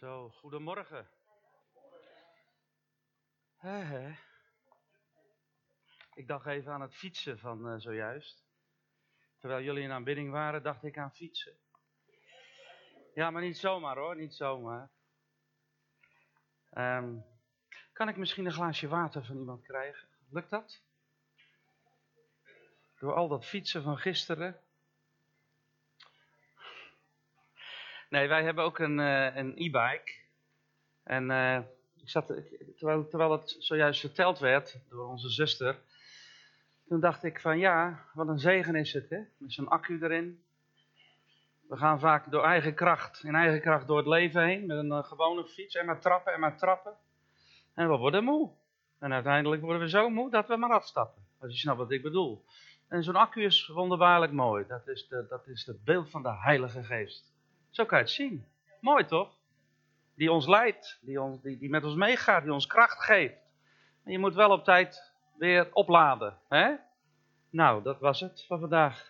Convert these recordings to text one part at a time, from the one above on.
Zo, goedemorgen. Ik dacht even aan het fietsen van zojuist. Terwijl jullie in aanbidding waren, dacht ik aan fietsen. Ja, maar niet zomaar hoor, niet zomaar. Kan ik misschien een glaasje water van iemand krijgen? Lukt dat? Door al dat fietsen van gisteren. Nee, wij hebben ook een e-bike. En terwijl het zojuist verteld werd door onze zuster, toen dacht ik van ja, wat een zegen is het, hè? Met zo'n accu erin. We gaan vaak in eigen kracht door het leven heen, met een gewone fiets, en maar trappen. En we worden moe. En uiteindelijk worden we zo moe dat we maar afstappen. Als je snapt wat ik bedoel. En zo'n accu is wonderbaarlijk mooi. Dat is het beeld van de Heilige Geest. Zo kan je het zien. Mooi toch? Die ons leidt, die met ons meegaat, die ons kracht geeft. En je moet wel op tijd weer opladen. Hè? Nou, dat was het van vandaag.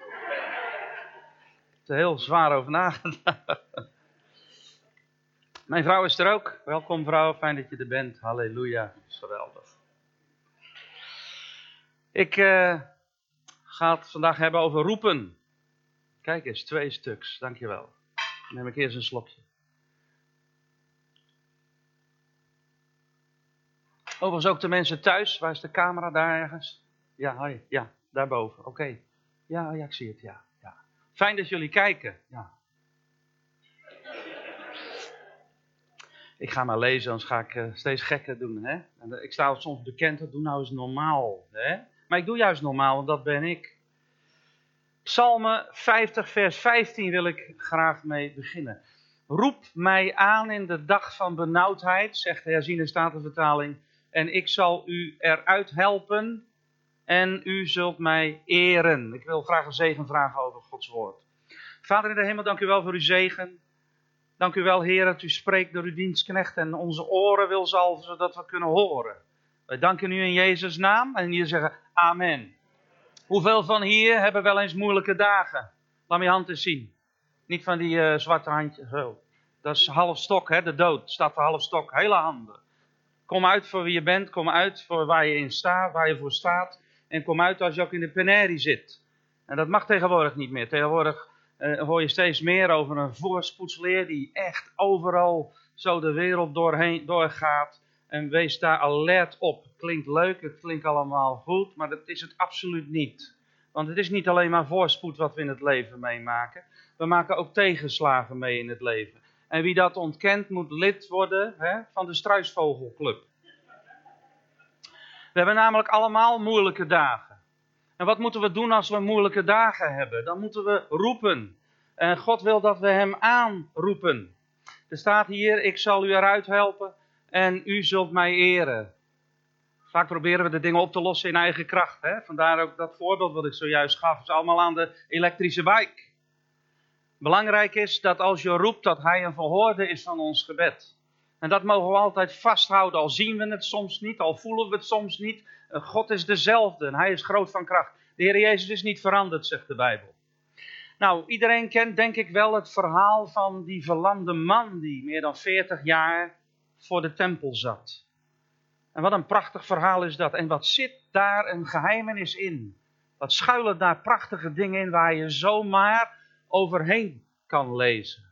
Ik heb er heel zwaar over nagedacht. Mijn vrouw is er ook. Welkom vrouw, fijn dat je er bent. Halleluja, dat is geweldig. Ik ga het vandaag hebben over roepen. Kijk eens, 2 stuks, dankjewel. Dan neem ik eerst een slokje. Overigens ook de mensen thuis. Waar is de camera? Daar ergens? Ja, hi. Ja, daarboven. Oké. Ja, ik zie het, ja. Fijn dat jullie kijken. Ja. Ik ga maar lezen, anders ga ik steeds gekker doen. Hè? Ik sta soms bekend, dat doe nou eens normaal. Hè? Maar ik doe juist normaal, want dat ben ik. Psalmen 50 vers 15 wil ik graag mee beginnen. Roep mij aan in de dag van benauwdheid, zegt de herziene statenvertaling. En ik zal u eruit helpen en u zult mij eren. Ik wil graag een zegen vragen over Gods woord. Vader in de hemel, dank u wel voor uw zegen. Dank u wel, Heer, dat u spreekt door uw dienstknecht en onze oren wil zalven, zodat we kunnen horen. Wij danken u in Jezus' naam en hier zeggen amen. Hoeveel van hier hebben wel eens moeilijke dagen? Laat me je hand eens zien. Niet van die zwarte handjes. Zo. Dat is half stok, hè? De dood staat voor half stok. Hele handen. Kom uit voor wie je bent. Kom uit voor waar je in staat, waar je voor staat. En kom uit als je ook in de penarie zit. En dat mag tegenwoordig niet meer. Tegenwoordig hoor je steeds meer over een voorspoedsleer die echt overal zo de wereld doorgaat. En wees daar alert op. Het klinkt leuk, het klinkt allemaal goed, maar dat is het absoluut niet. Want het is niet alleen maar voorspoed wat we in het leven meemaken. We maken ook tegenslagen mee in het leven. En wie dat ontkent moet lid worden van de Struisvogelclub. We hebben namelijk allemaal moeilijke dagen. En wat moeten we doen als we moeilijke dagen hebben? Dan moeten we roepen. En God wil dat we hem aanroepen. Er staat hier, ik zal u eruit helpen en u zult mij eren. Vaak proberen we de dingen op te lossen in eigen kracht. Hè? Vandaar ook dat voorbeeld wat ik zojuist gaf. Het is allemaal aan de elektrische bike. Belangrijk is dat als je roept dat hij een verhoorder is van ons gebed. En dat mogen we altijd vasthouden. Al zien we het soms niet, al voelen we het soms niet. God is dezelfde en hij is groot van kracht. De Heer Jezus is niet veranderd, zegt de Bijbel. Nou, iedereen kent denk ik wel het verhaal van die verlamde man die meer dan 40 jaar voor de tempel zat. En wat een prachtig verhaal is dat. En wat zit daar een geheimenis in? Wat schuilen daar prachtige dingen in waar je zomaar overheen kan lezen.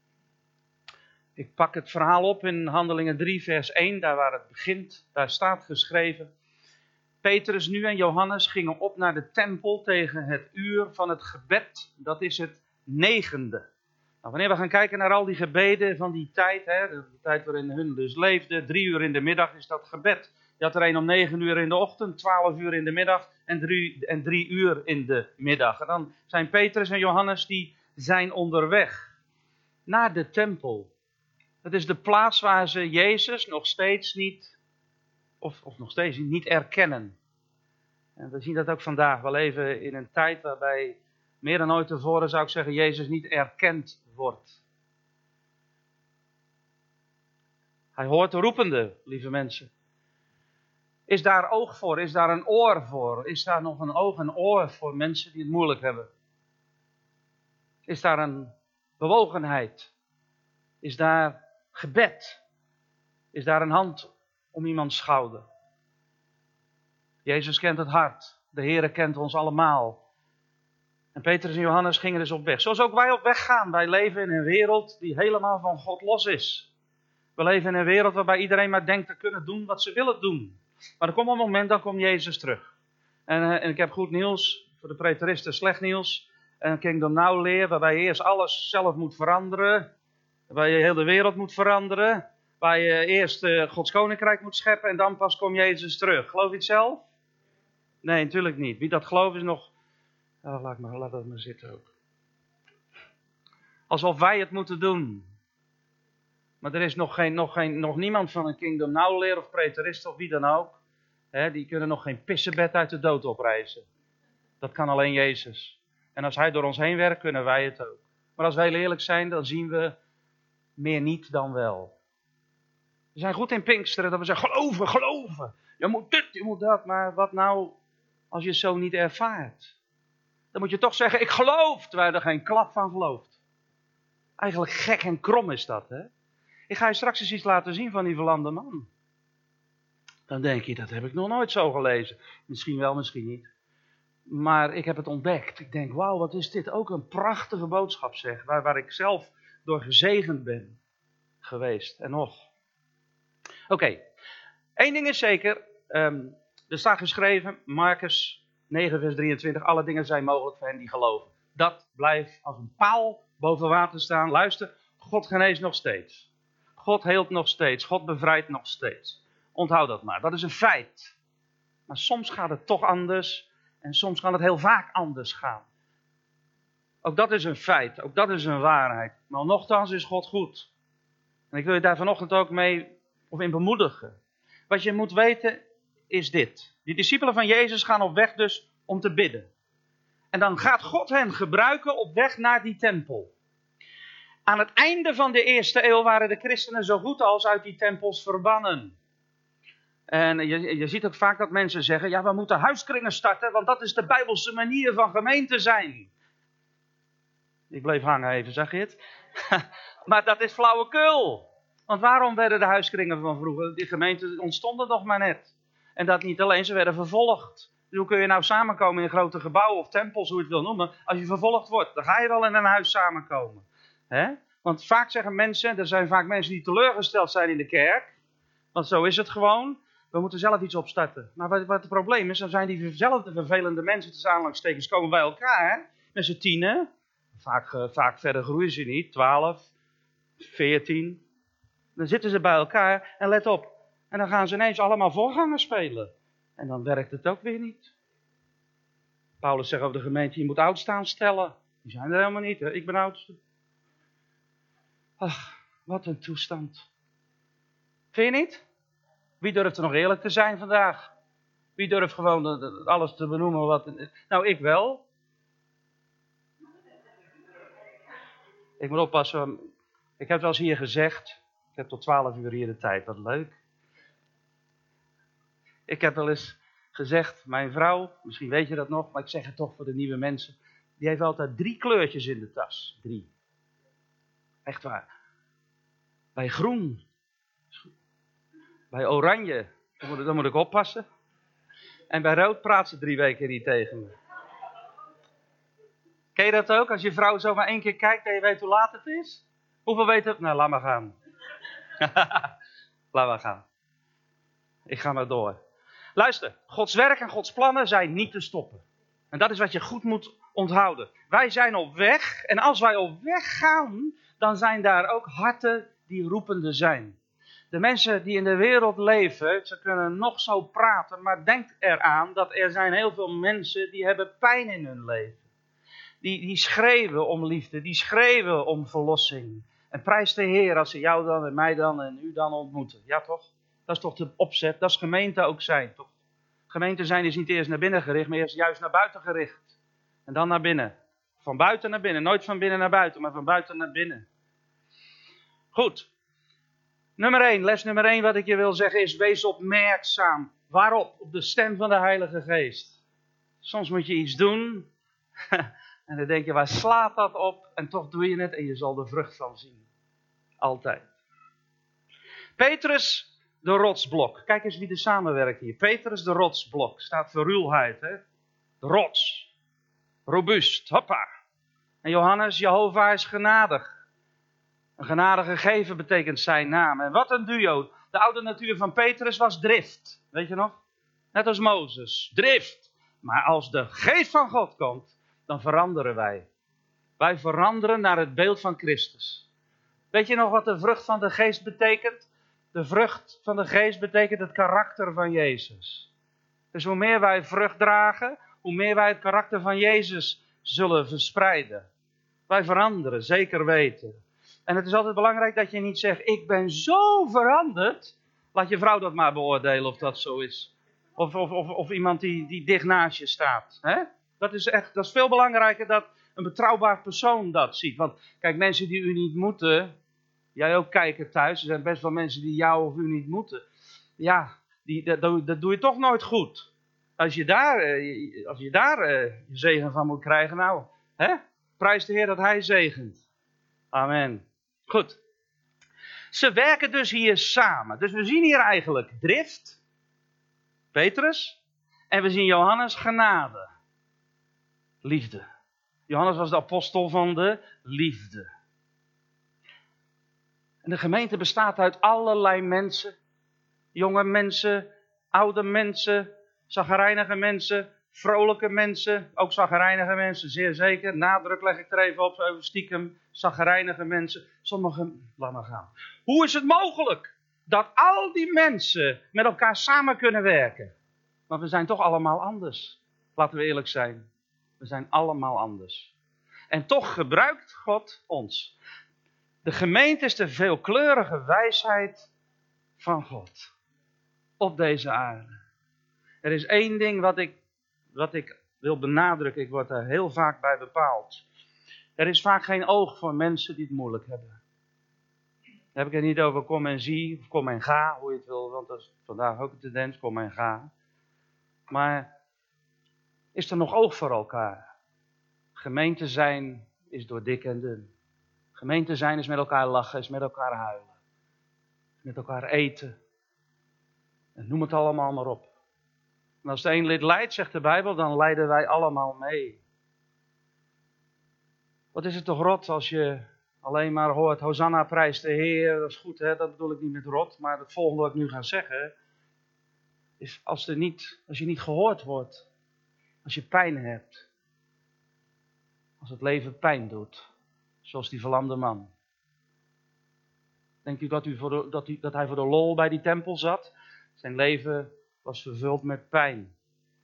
Ik pak het verhaal op in Handelingen 3 vers 1, daar waar het begint. Daar staat geschreven. Petrus nu en Johannes gingen op naar de tempel tegen het uur van het gebed. Dat is het 9e. Nou, wanneer we gaan kijken naar al die gebeden van die tijd, de tijd waarin hun dus leefden, 3 uur in de middag is dat gebed. Je had er een om 9 uur in de ochtend, 12 uur in de middag en 3 uur in de middag. En dan zijn Petrus en Johannes die zijn onderweg naar de tempel. Dat is de plaats waar ze Jezus nog steeds niet, of nog steeds niet erkennen. En we zien dat ook vandaag. We leven in een tijd waarbij meer dan ooit tevoren, zou ik zeggen, Jezus niet erkend wordt. Hij hoort de roepende, lieve mensen. Is daar oog voor? Is daar een oor voor? Is daar nog een oog en oor voor mensen die het moeilijk hebben? Is daar een bewogenheid? Is daar Gebed is daar een hand om iemands schouder. Jezus kent het hart. De Heere kent ons allemaal. En Petrus en Johannes gingen dus op weg. Zoals ook wij op weg gaan. Wij leven in een wereld die helemaal van God los is. We leven in een wereld waarbij iedereen maar denkt te kunnen doen wat ze willen doen. Maar er komt een moment, dan komt Jezus terug. En ik heb goed nieuws, voor de preteristen slecht nieuws. En Kingdom Now leer, waarbij je eerst alles zelf moet veranderen. Waarbij je heel de wereld moet veranderen. Waar je eerst Gods koninkrijk moet scheppen en dan pas komt Jezus terug. Geloof je het zelf? Nee, natuurlijk niet. Wie dat gelooft is nog... laat dat maar zitten ook. Alsof wij het moeten doen. Maar er is nog niemand van een Kingdom Now leer of preterist of wie dan ook. Die kunnen nog geen pissebed uit de dood oprijzen. Dat kan alleen Jezus. En als hij door ons heen werkt, kunnen wij het ook. Maar als wij heel eerlijk zijn, dan zien we meer niet dan wel. We zijn goed in Pinksteren dat we zeggen, geloven. Je moet dit, je moet dat. Maar wat nou als je het zo niet ervaart? Dan moet je toch zeggen, ik geloof, terwijl je er geen klap van gelooft. Eigenlijk gek en krom is dat, hè? Ik ga je straks eens iets laten zien van die verlamde man. Dan denk je, dat heb ik nog nooit zo gelezen. Misschien wel, misschien niet. Maar ik heb het ontdekt. Ik denk, wauw, wat is dit ook een prachtige boodschap, zeg. Waar ik zelf door gezegend ben geweest. En nog. Oké. Eén ding is zeker. Er staat geschreven, Marcus 9 vers 23. Alle dingen zijn mogelijk voor hen die geloven. Dat blijft als een paal boven water staan. Luister, God geneest nog steeds. God heelt nog steeds. God bevrijdt nog steeds. Onthoud dat maar. Dat is een feit. Maar soms gaat het toch anders. En soms kan het heel vaak anders gaan. Ook dat is een feit. Ook dat is een waarheid. Maar nochtans is God goed. En ik wil je daar vanochtend ook mee in bemoedigen. Wat je moet weten is dit. Die discipelen van Jezus gaan op weg dus om te bidden. En dan gaat God hen gebruiken op weg naar die tempel. Aan het einde van de eerste eeuw waren de christenen zo goed als uit die tempels verbannen. En je ziet ook vaak dat mensen zeggen, ja, we moeten huiskringen starten, want dat is de Bijbelse manier van gemeente zijn. Ik bleef hangen even, zag je het? Maar dat is flauwekul. Want waarom werden de huiskringen van vroeger? Die gemeenten ontstonden nog maar net. En dat niet alleen, ze werden vervolgd. Dus hoe kun je nou samenkomen in grote gebouwen of tempels, hoe je het wil noemen, als je vervolgd wordt? Dan ga je wel in een huis samenkomen. Want vaak zeggen mensen, er zijn vaak mensen die teleurgesteld zijn in de kerk. Want zo is het gewoon. We moeten zelf iets opstarten. Maar wat het probleem is, dan zijn diezelfde vervelende mensen, tussen aanhalingstekens, komen bij elkaar. Met z'n 10. Vaak verder groeien ze niet. 12, 14. Dan zitten ze bij elkaar en let op. En dan gaan ze ineens allemaal voorgangers spelen. En dan werkt het ook weer niet. Paulus zegt over de gemeente, je moet oudstaan stellen. Die zijn er helemaal niet, hè? Ik ben oudste. Ach, wat een toestand. Vind je niet? Wie durft er nog eerlijk te zijn vandaag? Wie durft gewoon alles te benoemen wat... Nou, ik wel. Ik moet oppassen. Ik heb het wel eens hier gezegd. Ik heb tot 12 uur hier de tijd. Wat leuk. Ik heb wel eens gezegd, mijn vrouw, misschien weet je dat nog, maar ik zeg het toch voor de nieuwe mensen. Die heeft altijd 3 kleurtjes in de tas. 3. Echt waar. Bij groen. Bij oranje. Dan moet ik oppassen. En bij rood praat ze 3 weken niet tegen me. Ken je dat ook? Als je vrouw zo maar 1 keer kijkt en je weet hoe laat het is? Hoeveel weet het? Nou, laat maar gaan. Laat maar gaan. Ik ga maar door. Luister, Gods werk en Gods plannen zijn niet te stoppen. En dat is wat je goed moet onthouden. Wij zijn op weg en als wij op weg gaan, dan zijn daar ook harten die roepende zijn. De mensen die in de wereld leven, ze kunnen nog zo praten, maar denk eraan dat er zijn heel veel mensen die hebben pijn in hun leven. Die schreeuwen om liefde, die schreeuwen om verlossing. En prijs de Heer als ze jou dan en mij dan en u dan ontmoeten. Ja toch? Dat is toch de opzet, dat is gemeente ook zijn, toch? Gemeente zijn is niet eerst naar binnen gericht, maar eerst juist naar buiten gericht. En dan naar binnen. Van buiten naar binnen, nooit van binnen naar buiten, maar van buiten naar binnen. Goed. Les nummer 1 wat ik je wil zeggen is, wees opmerkzaam. Waarop? Op de stem van de Heilige Geest. Soms moet je iets doen en dan denk je, waar slaat dat op? En toch doe je het en je zal de vrucht van zien. Altijd. Petrus, de rotsblok. Kijk eens wie er samenwerkt hier. Petrus, de rotsblok. Staat voor ruwheid, hè. De rots. Robuust, hoppa. En Johannes, Jehovah is genadig. Een genadige gever betekent zijn naam. En wat een duo. De oude natuur van Petrus was drift. Weet je nog? Net als Mozes. Drift. Maar als de geest van God komt, dan veranderen wij. Wij veranderen naar het beeld van Christus. Weet je nog wat de vrucht van de geest betekent? De vrucht van de geest betekent het karakter van Jezus. Dus hoe meer wij vrucht dragen, hoe meer wij het karakter van Jezus zullen verspreiden. Wij veranderen, zeker weten. En het is altijd belangrijk dat je niet zegt, ik ben zo veranderd. Laat je vrouw dat maar beoordelen of dat zo is. Of iemand die dicht naast je staat. Hè? Dat is veel belangrijker dat een betrouwbaar persoon dat ziet. Want kijk, mensen die u niet moeten, jij ook kijken thuis, er zijn best wel mensen die jou of u niet moeten. Ja, dat doe je toch nooit goed. Als je daar je zegen van moet krijgen, nou, hè? Prijs de Heer dat Hij zegent. Amen. Goed. Ze werken dus hier samen. Dus we zien hier eigenlijk drift, Petrus, en we zien Johannes genade, liefde. Johannes was de apostel van de liefde. En de gemeente bestaat uit allerlei mensen. Jonge mensen, oude mensen, chagrijnige mensen, vrolijke mensen, ook chagrijnige mensen, zeer zeker. Nadruk leg ik er even op, even stiekem, chagrijnige mensen. Sommigen, laat maar gaan. Hoe is het mogelijk dat al die mensen met elkaar samen kunnen werken? Want we zijn toch allemaal anders. Laten we eerlijk zijn. We zijn allemaal anders. En toch gebruikt God ons. De gemeente is de veelkleurige wijsheid van God. Op deze aarde. Er is één ding wat ik wil benadrukken. Ik word daar heel vaak bij bepaald. Er is vaak geen oog voor mensen die het moeilijk hebben. Daar heb ik het niet over kom en zie, of kom en ga, hoe je het wil. Want dat is vandaag ook een tendens, kom en ga. Maar is er nog oog voor elkaar? Gemeente zijn is door dik en dun. Gemeente zijn is met elkaar lachen, is met elkaar huilen. Met elkaar eten. En noem het allemaal maar op. En als de een lid lijdt, zegt de Bijbel, dan lijden wij allemaal mee. Wat is het toch rot als je alleen maar hoort, Hosanna prijs de Heer, dat is goed, hè? Dat bedoel ik niet met rot, maar het volgende wat ik nu ga zeggen, is als je niet gehoord wordt, als je pijn hebt, als het leven pijn doet, zoals die verlamde man. Denkt u dat hij voor de lol bij die tempel zat? Zijn leven was vervuld met pijn.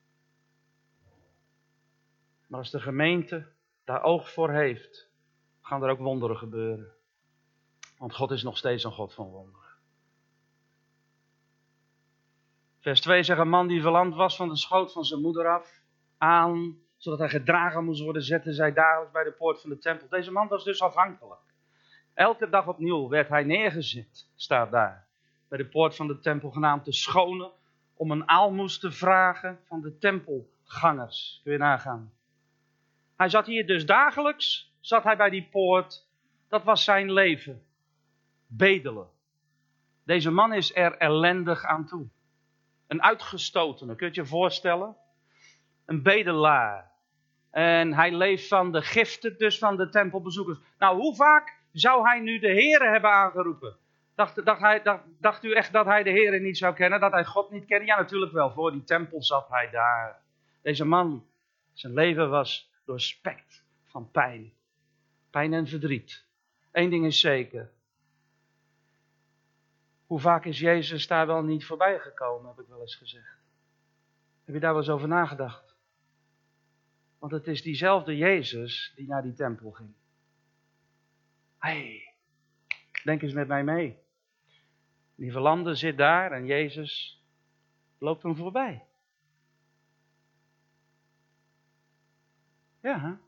Maar als de gemeente daar oog voor heeft, gaan er ook wonderen gebeuren. Want God is nog steeds een God van wonderen. Vers 2 zegt, een man die verlamd was van de schoot van zijn moeder af, aan, zodat hij gedragen moest worden, zette zij dagelijks bij de poort van de tempel. Deze man was dus afhankelijk. Elke dag opnieuw werd hij neergezet, staat daar, bij de poort van de tempel, genaamd de schone, om een aalmoes te vragen van de tempelgangers. Kun je nagaan. Hij zat hier dus dagelijks, zat hij bij die poort. Dat was zijn leven. Bedelen. Deze man is er ellendig aan toe. Een uitgestotene, kun je je voorstellen? Een bedelaar. En hij leeft van de giften, dus van de tempelbezoekers. Nou, hoe vaak zou hij nu de Here hebben aangeroepen? Dacht u echt dat hij de Here niet zou kennen? Dat hij God niet kende? Ja, natuurlijk wel. Voor die tempel zat hij daar. Deze man, zijn leven was doorspekt van pijn. Pijn en verdriet. Eén ding is zeker. Hoe vaak is Jezus daar wel niet voorbij gekomen, heb ik wel eens gezegd. Heb je daar wel eens over nagedacht? Want het is diezelfde Jezus die naar die tempel ging. Hey, denk eens met mij mee. Die verlamde zit daar en Jezus loopt hem voorbij. Ja.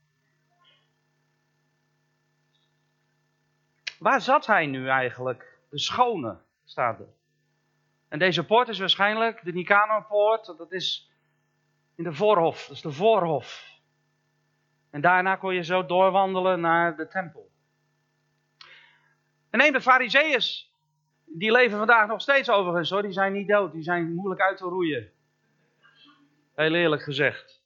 Waar zat hij nu eigenlijk? De schone staat er. En deze poort is waarschijnlijk de Nicanorpoort. Dat is in de voorhof. Dat is de voorhof. En daarna kon je zo doorwandelen naar de tempel. En neem de Farizeeërs. Die leven vandaag nog steeds overigens hoor. Die zijn niet dood. Die zijn moeilijk uit te roeien. Heel eerlijk gezegd.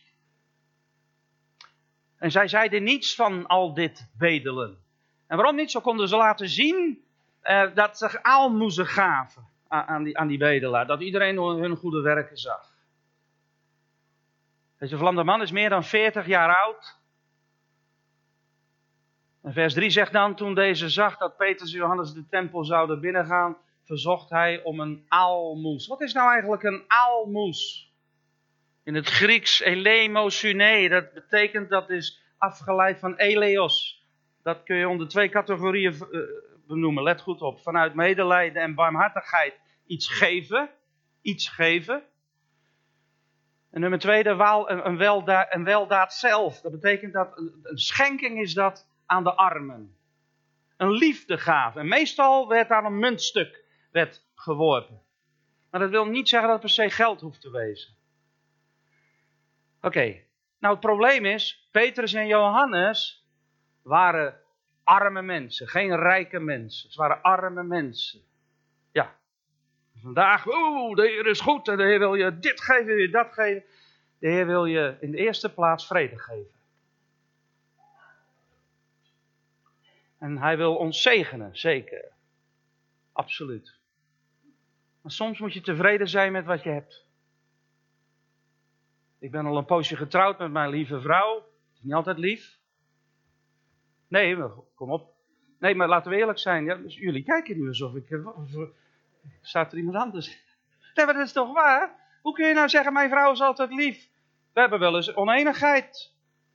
En zij zeiden niets van al dit bedelen. En waarom niet? Zo konden ze laten zien dat ze aalmoezen gaven aan die bedelaar. Dat iedereen hun goede werken zag. Deze Vlamderman is meer dan 40 jaar oud. En vers 3 zegt dan, toen deze zag dat Petrus en Johannes de tempel zouden binnengaan, verzocht hij om een aalmoes. Wat is nou eigenlijk een aalmoes? In het Grieks eleemosune, dat betekent, dat is afgeleid van eleos. Dat kun je onder 2 categorieën benoemen, let goed op. Vanuit medelijden en barmhartigheid iets geven. En nummer 2, een weldaad zelf. Dat betekent dat een schenking is dat aan de armen. Een liefdegave. En meestal werd daar een muntstuk geworpen. Maar dat wil niet zeggen dat het per se geld hoeft te wezen. Oké. Nou het probleem is, Petrus en Johannes waren arme mensen. Geen rijke mensen. Ze waren arme mensen. Ja. Vandaag, de Heer is goed en de Heer wil je dit geven, wil je dat geven. De Heer wil je in de eerste plaats vrede geven. En hij wil ons zegenen, zeker. Absoluut. Maar soms moet je tevreden zijn met wat je hebt. Ik ben al een poosje getrouwd met mijn lieve vrouw. Het is niet altijd lief. Nee, kom op. Nee, maar laten we eerlijk zijn. Ja, dus jullie kijken nu alsof ik... Staat er iemand anders? Nee, maar dat is toch waar? Hoe kun je nou zeggen, mijn vrouw is altijd lief? We hebben wel eens oneenigheid.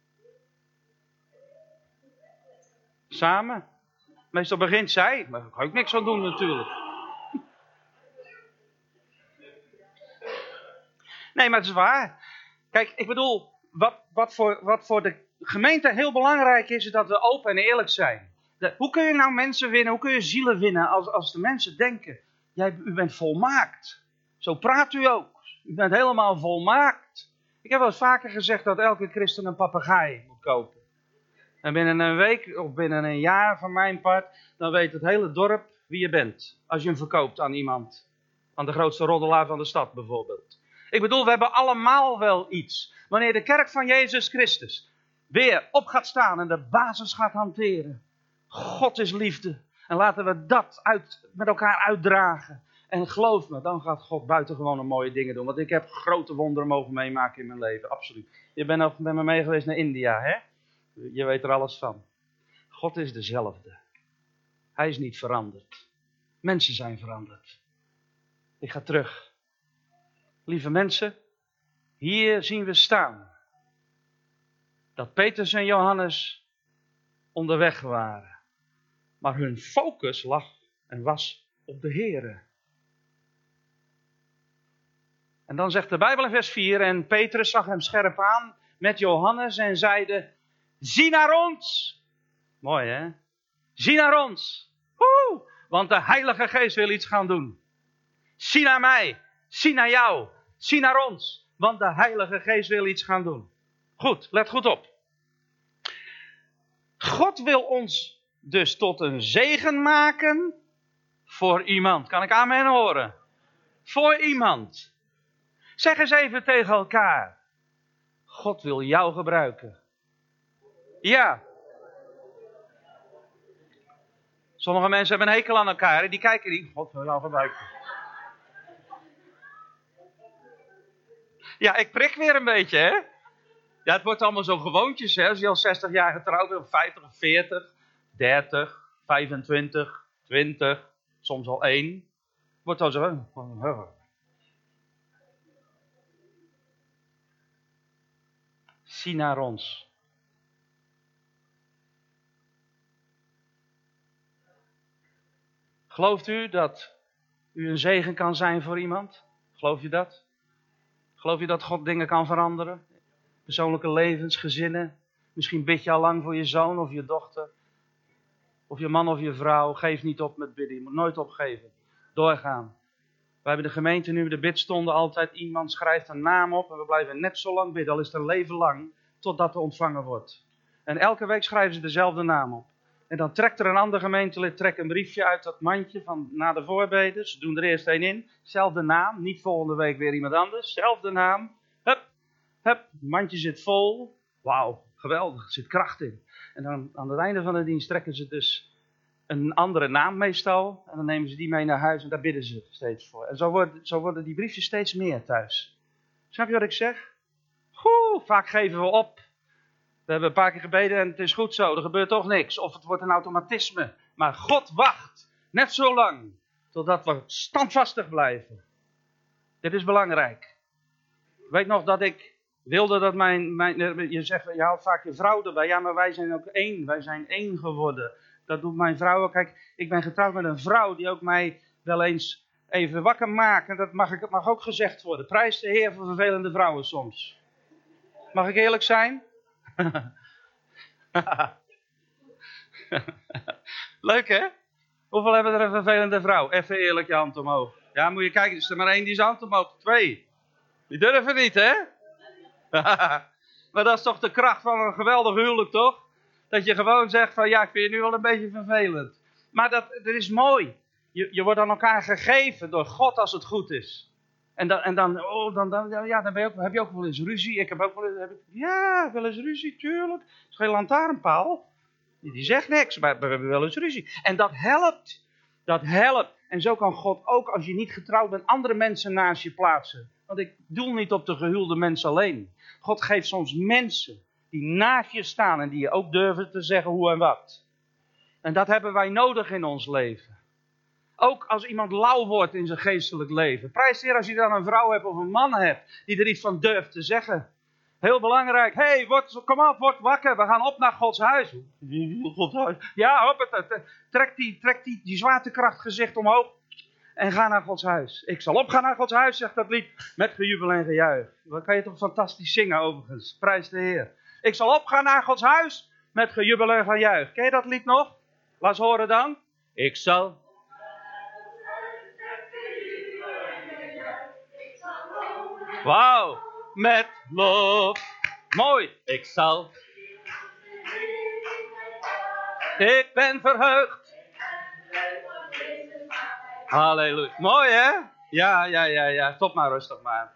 Samen. Meestal begint zij, maar daar kan ik niks aan doen natuurlijk. Nee, maar het is waar. Kijk, ik bedoel, wat voor de gemeente heel belangrijk is dat we open en eerlijk zijn. Hoe kun je nou mensen winnen, hoe kun je zielen winnen als de mensen denken, u bent volmaakt. Zo praat u ook. U bent helemaal volmaakt. Ik heb wel eens vaker gezegd dat elke christen een papegaai moet kopen. En binnen een week of binnen een jaar van mijn part, dan weet het hele dorp wie je bent. Als je hem verkoopt aan iemand. Aan de grootste roddelaar van de stad bijvoorbeeld. Ik bedoel, we hebben allemaal wel iets. Wanneer de kerk van Jezus Christus weer op gaat staan en de basis gaat hanteren. God is liefde. En laten we dat met elkaar uitdragen. En geloof me, dan gaat God buitengewoon mooie dingen doen. Want ik heb grote wonderen mogen meemaken in mijn leven, absoluut. Je bent ook met me mee geweest naar India, hè? Je weet er alles van. God is dezelfde. Hij is niet veranderd. Mensen zijn veranderd. Ik ga terug. Lieve mensen, hier zien we staan dat Petrus en Johannes onderweg waren. Maar hun focus lag en was op de Here. En dan zegt de Bijbel in vers 4, en Petrus zag hem scherp aan met Johannes en zeide, zie naar ons. Mooi hè? Zie naar ons. Want de Heilige Geest wil iets gaan doen. Zie naar mij. Zie naar jou. Zie naar ons. Want de Heilige Geest wil iets gaan doen. Goed, let goed op. God wil ons dus tot een zegen maken voor iemand. Kan ik amen horen? Voor iemand. Zeg eens even tegen elkaar. God wil jou gebruiken. Ja. Sommige mensen hebben een hekel aan elkaar. Die kijken niet. God wil jou gebruiken. Ja, ik prik weer een beetje, hè. Ja, het wordt allemaal zo gewoontjes, hè. Als je al 60 jaar getrouwd bent, of 50, of 40, 30, 25, 20, soms al 1. Wordt dan zo. Zie naar ons. Gelooft u dat u een zegen kan zijn voor iemand? Geloof je dat? Geloof je dat God dingen kan veranderen? Persoonlijke levens, gezinnen. Misschien bid je al lang voor je zoon of je dochter. Of je man of je vrouw. Geef niet op met bidden. Je moet nooit opgeven. Doorgaan. We hebben de gemeente nu de bidstonden altijd. Iemand schrijft een naam op. En we blijven net zo lang bidden. Al is het een leven lang. Totdat er ontvangen wordt. En elke week schrijven ze dezelfde naam op. En dan trekt er een ander gemeentelid een briefje uit dat mandje van na de voorbeden. Ze doen er eerst één in. Zelfde naam. Niet volgende week weer iemand anders. Zelfde naam. Hup, hup. Het mandje zit vol. Wauw, geweldig. Er zit kracht in. En dan aan het einde van de dienst trekken ze dus een andere naam meestal. En dan nemen ze die mee naar huis en daar bidden ze steeds voor. En zo worden die briefjes steeds meer thuis. Snap je wat ik zeg? Vaak geven we op. We hebben een paar keer gebeden en het is goed zo. Er gebeurt toch niks. Of het wordt een automatisme. Maar God wacht net zo lang totdat we standvastig blijven. Dit is belangrijk. Ik weet nog dat ik wilde dat je zegt, je haalt vaak je vrouw erbij. Ja, maar wij zijn ook één. Wij zijn één geworden. Dat doet mijn vrouw ook. Kijk, ik ben getrouwd met een vrouw die ook mij wel eens even wakker maakt. En dat mag ook gezegd worden. Prijs de Heer voor vervelende vrouwen soms. Mag ik eerlijk zijn? Leuk hè? Hoeveel hebben er een vervelende vrouw? Even eerlijk je hand omhoog. Ja, moet je kijken, er is er maar één die zijn hand omhoog. 2. Die durven niet hè? Maar dat is toch de kracht van een geweldig huwelijk toch? Dat je gewoon zegt van ja, ik vind je nu wel een beetje vervelend. Maar dat is mooi. Je wordt aan elkaar gegeven door God als het goed is. En dan heb je ook wel eens ruzie. Ik heb ook wel eens ruzie, tuurlijk. Het is geen lantaarnpaal. Die zegt niks, maar we hebben wel eens ruzie. En dat helpt. Dat helpt. En zo kan God ook, als je niet getrouwd bent, andere mensen naast je plaatsen. Want ik doel niet op de gehuwde mens alleen. God geeft soms mensen die naast je staan en die je ook durven te zeggen hoe en wat. En dat hebben wij nodig in ons leven. Ook als iemand lauw wordt in zijn geestelijk leven. Prijs de Heer als je dan een vrouw hebt of een man hebt die er iets van durft te zeggen. Heel belangrijk. Kom op, word wakker. We gaan op naar Gods huis. Gods huis. Ja, trek die zwaartekrachtgezicht omhoog. En ga naar Gods huis. Ik zal opgaan naar Gods huis, zegt dat lied. Met gejubel en gejuich. Dat kan je toch fantastisch zingen overigens. Prijs de Heer. Ik zal opgaan naar Gods huis. Met gejubel en gejuich. Ken je dat lied nog? Laat eens horen dan. Ik zal... Wauw, met lof. Mooi. Ik zal. Ik ben verheugd. Halleluja. Mooi hè? Ja. Stop maar rustig maar.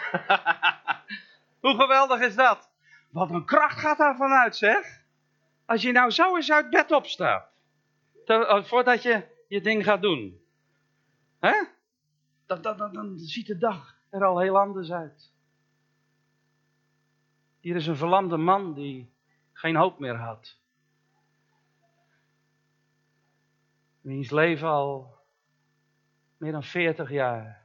Hoe geweldig is dat? Wat een kracht gaat daar vanuit zeg. Als je nou zo eens uit bed opstaat. Voordat je je ding gaat doen. Hè? Dan ziet de dag er al heel anders uit. Hier is een verlamde man die geen hoop meer had. Wiens leven al meer dan 40 jaar.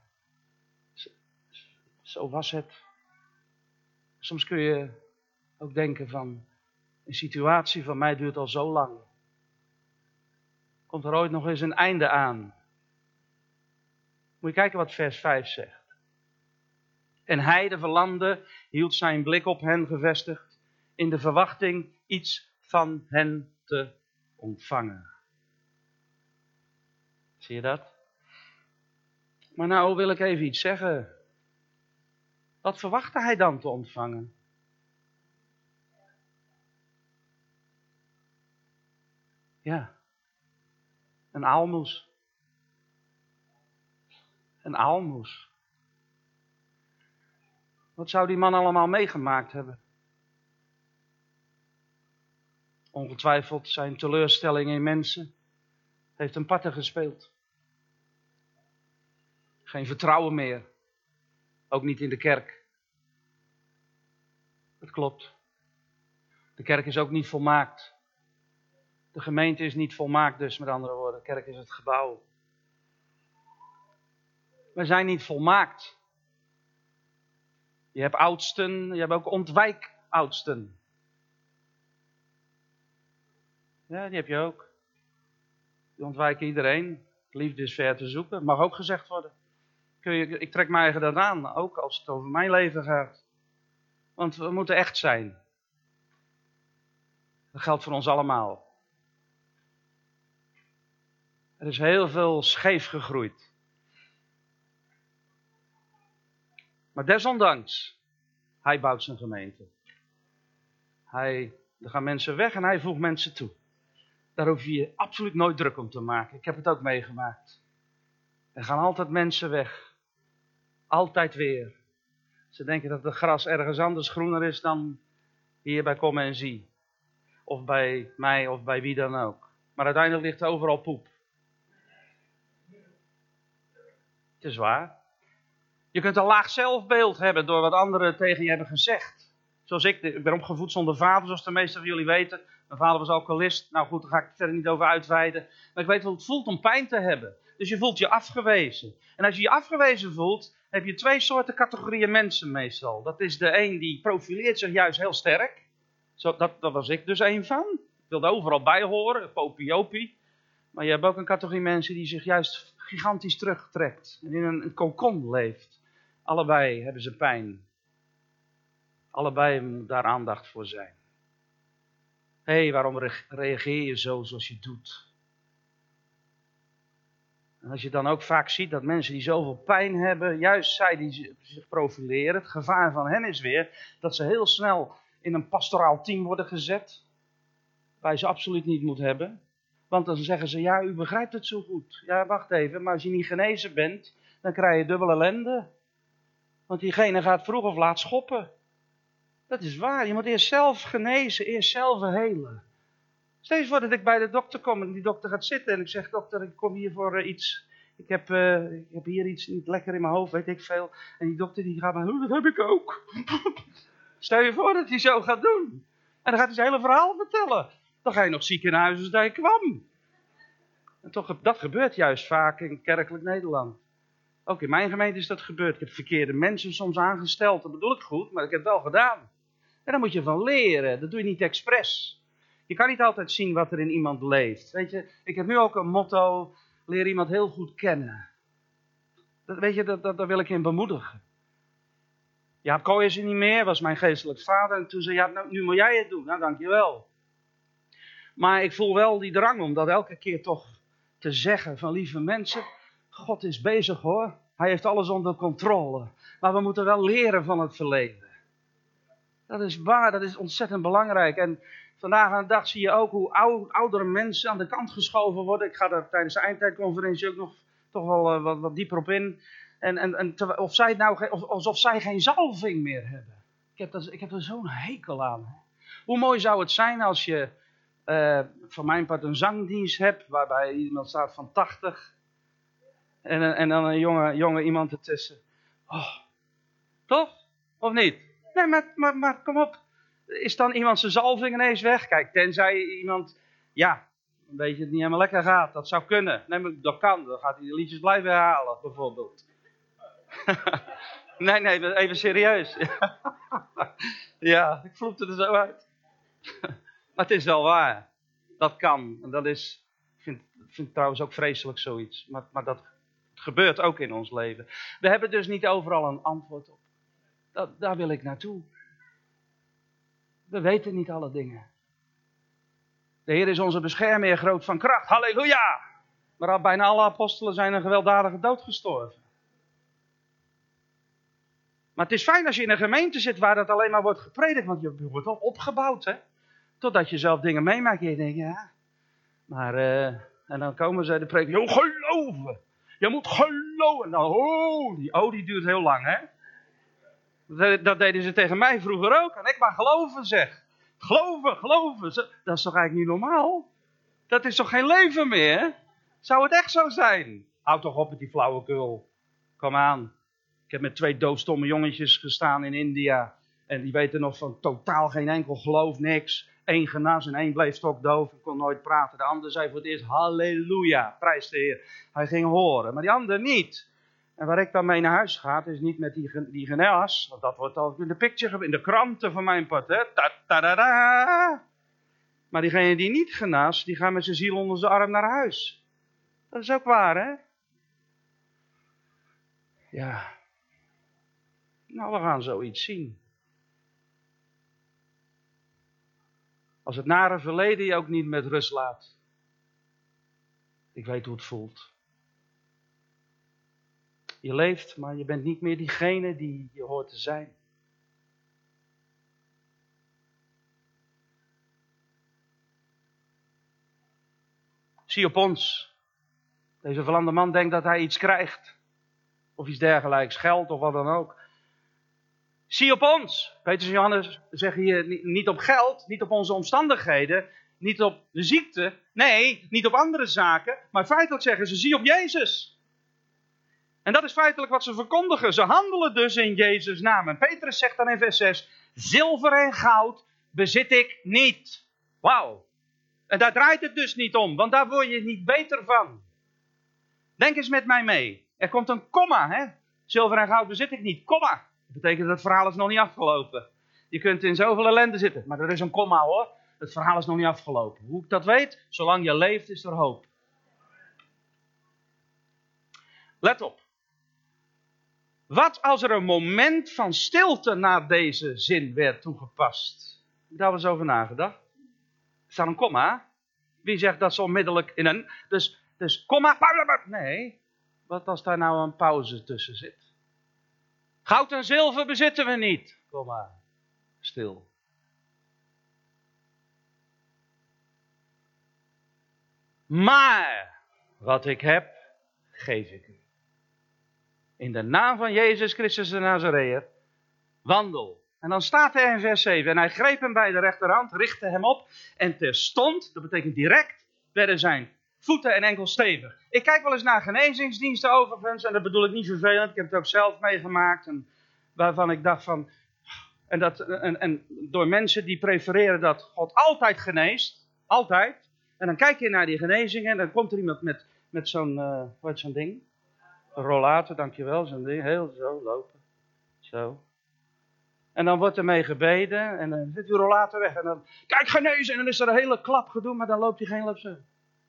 Zo was het. Soms kun je ook denken van, een situatie van mij duurt al zo lang. Komt er ooit nog eens een einde aan? Moet je kijken wat vers 5 zegt. En hij, de verlamde, hield zijn blik op hen gevestigd, in de verwachting iets van hen te ontvangen. Zie je dat? Maar nou wil ik even iets zeggen. Wat verwachtte hij dan te ontvangen? Ja, een aalmoes. Een aalmoes. Wat zou die man allemaal meegemaakt hebben? Ongetwijfeld zijn teleurstelling in mensen heeft een parten gespeeld. Geen vertrouwen meer. Ook niet in de kerk. Dat klopt. De kerk is ook niet volmaakt. De gemeente is niet volmaakt dus, met andere woorden. De kerk is het gebouw. We zijn niet volmaakt. Je hebt oudsten, je hebt ook ontwijkoudsten. Ja, die heb je ook. Die ontwijken iedereen. Liefde is ver te zoeken. Mag ook gezegd worden. Ik trek mij eigen dat aan, ook als het over mijn leven gaat. Want we moeten echt zijn. Dat geldt voor ons allemaal. Er is heel veel scheef gegroeid. Maar desondanks, hij bouwt zijn gemeente. Er gaan mensen weg en hij voegt mensen toe. Daar hoef je je absoluut nooit druk om te maken. Ik heb het ook meegemaakt. Er gaan altijd mensen weg. Altijd weer. Ze denken dat het gras ergens anders groener is dan hier bij Kom en Zie. Of bij mij of bij wie dan ook. Maar uiteindelijk ligt overal poep. Het is waar. Je kunt een laag zelfbeeld hebben door wat anderen tegen je hebben gezegd. Zoals ik ben opgevoed zonder vader, zoals de meesten van jullie weten. Mijn vader was alcoholist. Nou goed, daar ga ik het verder niet over uitweiden. Maar ik weet wat het voelt om pijn te hebben. Dus je voelt je afgewezen. En als je je afgewezen voelt, heb je twee soorten categorieën mensen meestal. Dat is de een die profileert zich juist heel sterk. Dat was ik dus een van. Ik wilde overal bij horen, popiopie. Maar je hebt ook een categorie mensen die zich juist gigantisch terugtrekt. En in een kokon leeft. Allebei hebben ze pijn. Allebei moet daar aandacht voor zijn. Hé, waarom reageer je zo zoals je doet? En als je dan ook vaak ziet dat mensen die zoveel pijn hebben, juist zij die zich profileren, het gevaar van hen is weer dat ze heel snel in een pastoraal team worden gezet, waar je ze absoluut niet moet hebben. Want dan zeggen ze, ja, u begrijpt het zo goed. Ja, wacht even, maar als je niet genezen bent, dan krijg je dubbele ellende. Want diegene gaat vroeg of laat schoppen. Dat is waar, je moet eerst zelf genezen, eerst zelf helen. Stel je voor dat ik bij de dokter kom en die dokter gaat zitten en ik zeg, dokter, ik kom hier voor iets. Ik heb hier iets niet lekker in mijn hoofd, weet ik veel. En die dokter die gaat maar, dat heb ik ook. Stel je voor dat hij zo gaat doen. En dan gaat hij zijn hele verhaal vertellen. Dan ga je nog ziek in huis als hij kwam. En toch, dat gebeurt juist vaak in kerkelijk Nederland. Ook in mijn gemeente is dat gebeurd. Ik heb verkeerde mensen soms aangesteld. Dat bedoel ik goed, maar ik heb het wel gedaan. En daar moet je van leren. Dat doe je niet expres. Je kan niet altijd zien wat er in iemand leeft. Weet je, ik heb nu ook een motto. Leer iemand heel goed kennen. Daar wil ik in bemoedigen. Jaap Kooi is er niet meer. Was mijn geestelijk vader. En toen zei ja, nou, nu moet jij het doen. Nou, dankjewel. Maar ik voel wel die drang om dat elke keer toch te zeggen van lieve mensen. God is bezig hoor. Hij heeft alles onder controle. Maar we moeten wel leren van het verleden. Dat is waar, dat is ontzettend belangrijk. En vandaag aan de dag zie je ook hoe oudere mensen aan de kant geschoven worden. Ik ga daar tijdens de eindtijdconferentie ook nog toch wel wat dieper op in. Alsof zij geen zalving meer hebben. Ik heb er zo'n hekel aan. Hè. Hoe mooi zou het zijn als je van mijn part een zangdienst hebt. Waarbij iemand staat van 80. En dan een jonge iemand ertussen. Oh, toch? Of niet? Nee, maar kom op. Is dan iemand zijn zalving ineens weg? Kijk, tenzij iemand, ja, een beetje het niet helemaal lekker gaat. Dat zou kunnen. Nee, maar dat kan. Dan gaat hij de liedjes blijven herhalen, bijvoorbeeld. Nee, even serieus. Ja, ik vloepte er zo uit. Maar het is wel waar. Dat kan. En dat is, ik vind trouwens ook vreselijk zoiets. Maar dat gebeurt ook in ons leven. We hebben dus niet overal een antwoord op. Daar wil ik naartoe. We weten niet alle dingen. De Heer is onze beschermheer, groot van kracht. Halleluja! Maar bijna alle apostelen zijn een gewelddadige dood gestorven. Maar het is fijn als je in een gemeente zit waar dat alleen maar wordt gepredikt. Want je wordt wel opgebouwd, hè. Totdat je zelf dingen meemaakt en je denkt, ja. Maar, en dan komen ze de preek. Je moet geloven. Je moet geloven. Nou, die duurt heel lang, hè. Dat deden ze tegen mij vroeger ook. En ik maar geloven zeg. Geloven. Dat is toch eigenlijk niet normaal? Dat is toch geen leven meer? Zou het echt zo zijn? Houd toch op met die flauwekul. Kom aan. Ik heb met 2 doofstomme jongetjes gestaan in India. En die weten nog van totaal geen enkel geloof, niks. 1 genas en 1 bleef stokdoof en kon nooit praten. De ander zei voor het eerst halleluja, prijs de Heer. Hij ging horen, maar die ander niet. En waar ik dan mee naar huis ga, is niet met die genas. Want dat wordt al in de picture, in de kranten van mijn part. Hè? Ta-ta-da-da. Maar diegene die niet genas, die gaan met zijn ziel onder zijn arm naar huis. Dat is ook waar, hè? Ja. Nou, we gaan zoiets zien. Als het nare verleden je ook niet met rust laat. Ik weet hoe het voelt. Je leeft, maar je bent niet meer diegene die je hoort te zijn. Zie op ons. Deze verlamde man denkt dat hij iets krijgt. Of iets dergelijks, geld of wat dan ook. Zie op ons. Petrus en Johannes zeggen hier niet op geld, niet op onze omstandigheden, niet op de ziekte. Nee, niet op andere zaken. Maar feitelijk zeggen ze, zie op Jezus. En dat is feitelijk wat ze verkondigen. Ze handelen dus in Jezus' naam. En Petrus zegt dan in vers 6, zilver en goud bezit ik niet. Wauw. En daar draait het dus niet om, want daar word je niet beter van. Denk eens met mij mee. Er komt een komma, hè. Zilver en goud bezit ik niet, komma. Dat betekent dat het verhaal is nog niet afgelopen. Je kunt in zoveel ellende zitten, maar er is een komma hoor. Het verhaal is nog niet afgelopen. Hoe ik dat weet? Zolang je leeft is er hoop. Let op. Wat als er een moment van stilte naar deze zin werd toegepast? Heb je daar wel eens over nagedacht? Er staat een komma. Wie zegt dat zo onmiddellijk in een... Dus komma, nee. Wat als daar nou een pauze tussen zit? Goud en zilver bezitten we niet. Komma. Stil. Maar wat ik heb, geef ik u. In de naam van Jezus Christus de Nazareër, wandel. En dan staat er in vers 7, en hij greep hem bij de rechterhand, richtte hem op, en terstond, dat betekent direct, werden zijn voeten en enkels stevig. Ik kijk wel eens naar genezingsdiensten overigens, en dat bedoel ik niet vervelend, ik heb het ook zelf meegemaakt, en waarvan ik dacht van, en door mensen die prefereren dat God altijd geneest, altijd, en dan kijk je naar die genezingen, en dan komt er iemand met zo'n, wat is zo'n ding? Een rollator, dankjewel, zo'n ding, heel zo, lopen, zo. En dan wordt ermee gebeden en dan zit die rollator weg en dan, kijk genezen, en dan is er een hele klap gedoe, maar dan loopt hij geen lap zo.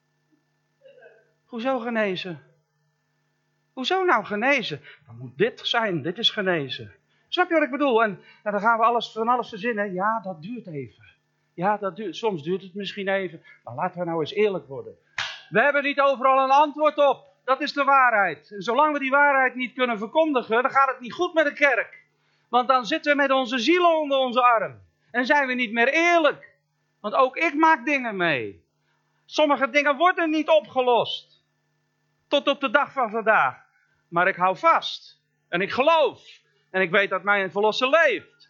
Hoezo genezen? Hoezo nou genezen? Dan moet dit zijn, dit is genezen. Snap je wat ik bedoel? En dan gaan we van alles verzinnen. Ja, dat duurt even. Ja, soms duurt het misschien even, maar laten we nou eens eerlijk worden. We hebben niet overal een antwoord op. Dat is de waarheid. En zolang we die waarheid niet kunnen verkondigen, dan gaat het niet goed met de kerk. Want dan zitten we met onze zielen onder onze arm. En zijn we niet meer eerlijk. Want ook ik maak dingen mee. Sommige dingen worden niet opgelost. Tot op de dag van vandaag. Maar ik hou vast. En ik geloof. En ik weet dat mijn verlosser leeft.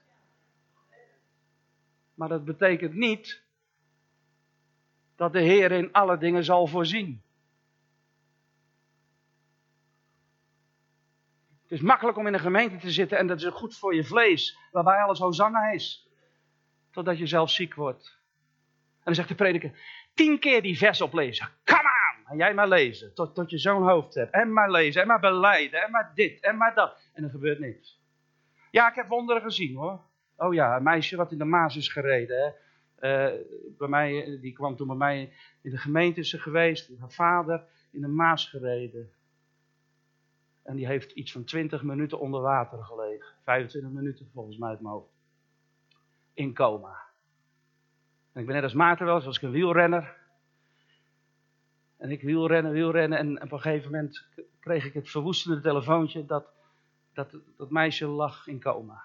Maar dat betekent niet dat de Heer in alle dingen zal voorzien. Het is makkelijk om in een gemeente te zitten en dat is goed voor je vlees, waarbij alles hosanna is. Totdat je zelf ziek wordt. En dan zegt de prediker, 10 keer die vers oplezen. Come on! En jij maar lezen, tot je zo'n hoofd hebt. En maar lezen, en maar belijden, en maar dit, en maar dat. En er gebeurt niks. Ja, ik heb wonderen gezien hoor. Oh ja, een meisje wat in de Maas is gereden. Hè. Bij mij, die kwam toen bij mij in de gemeente is ze geweest. Haar vader in de Maas gereden. En die heeft iets van 20 minuten onder water gelegen. 25 minuten volgens mij uit mijn hoofd. In coma. En ik ben net als Maarten wel, zoals ik een wielrenner. En ik wielrennen. En op een gegeven moment kreeg ik het verwoestende telefoontje dat meisje lag in coma.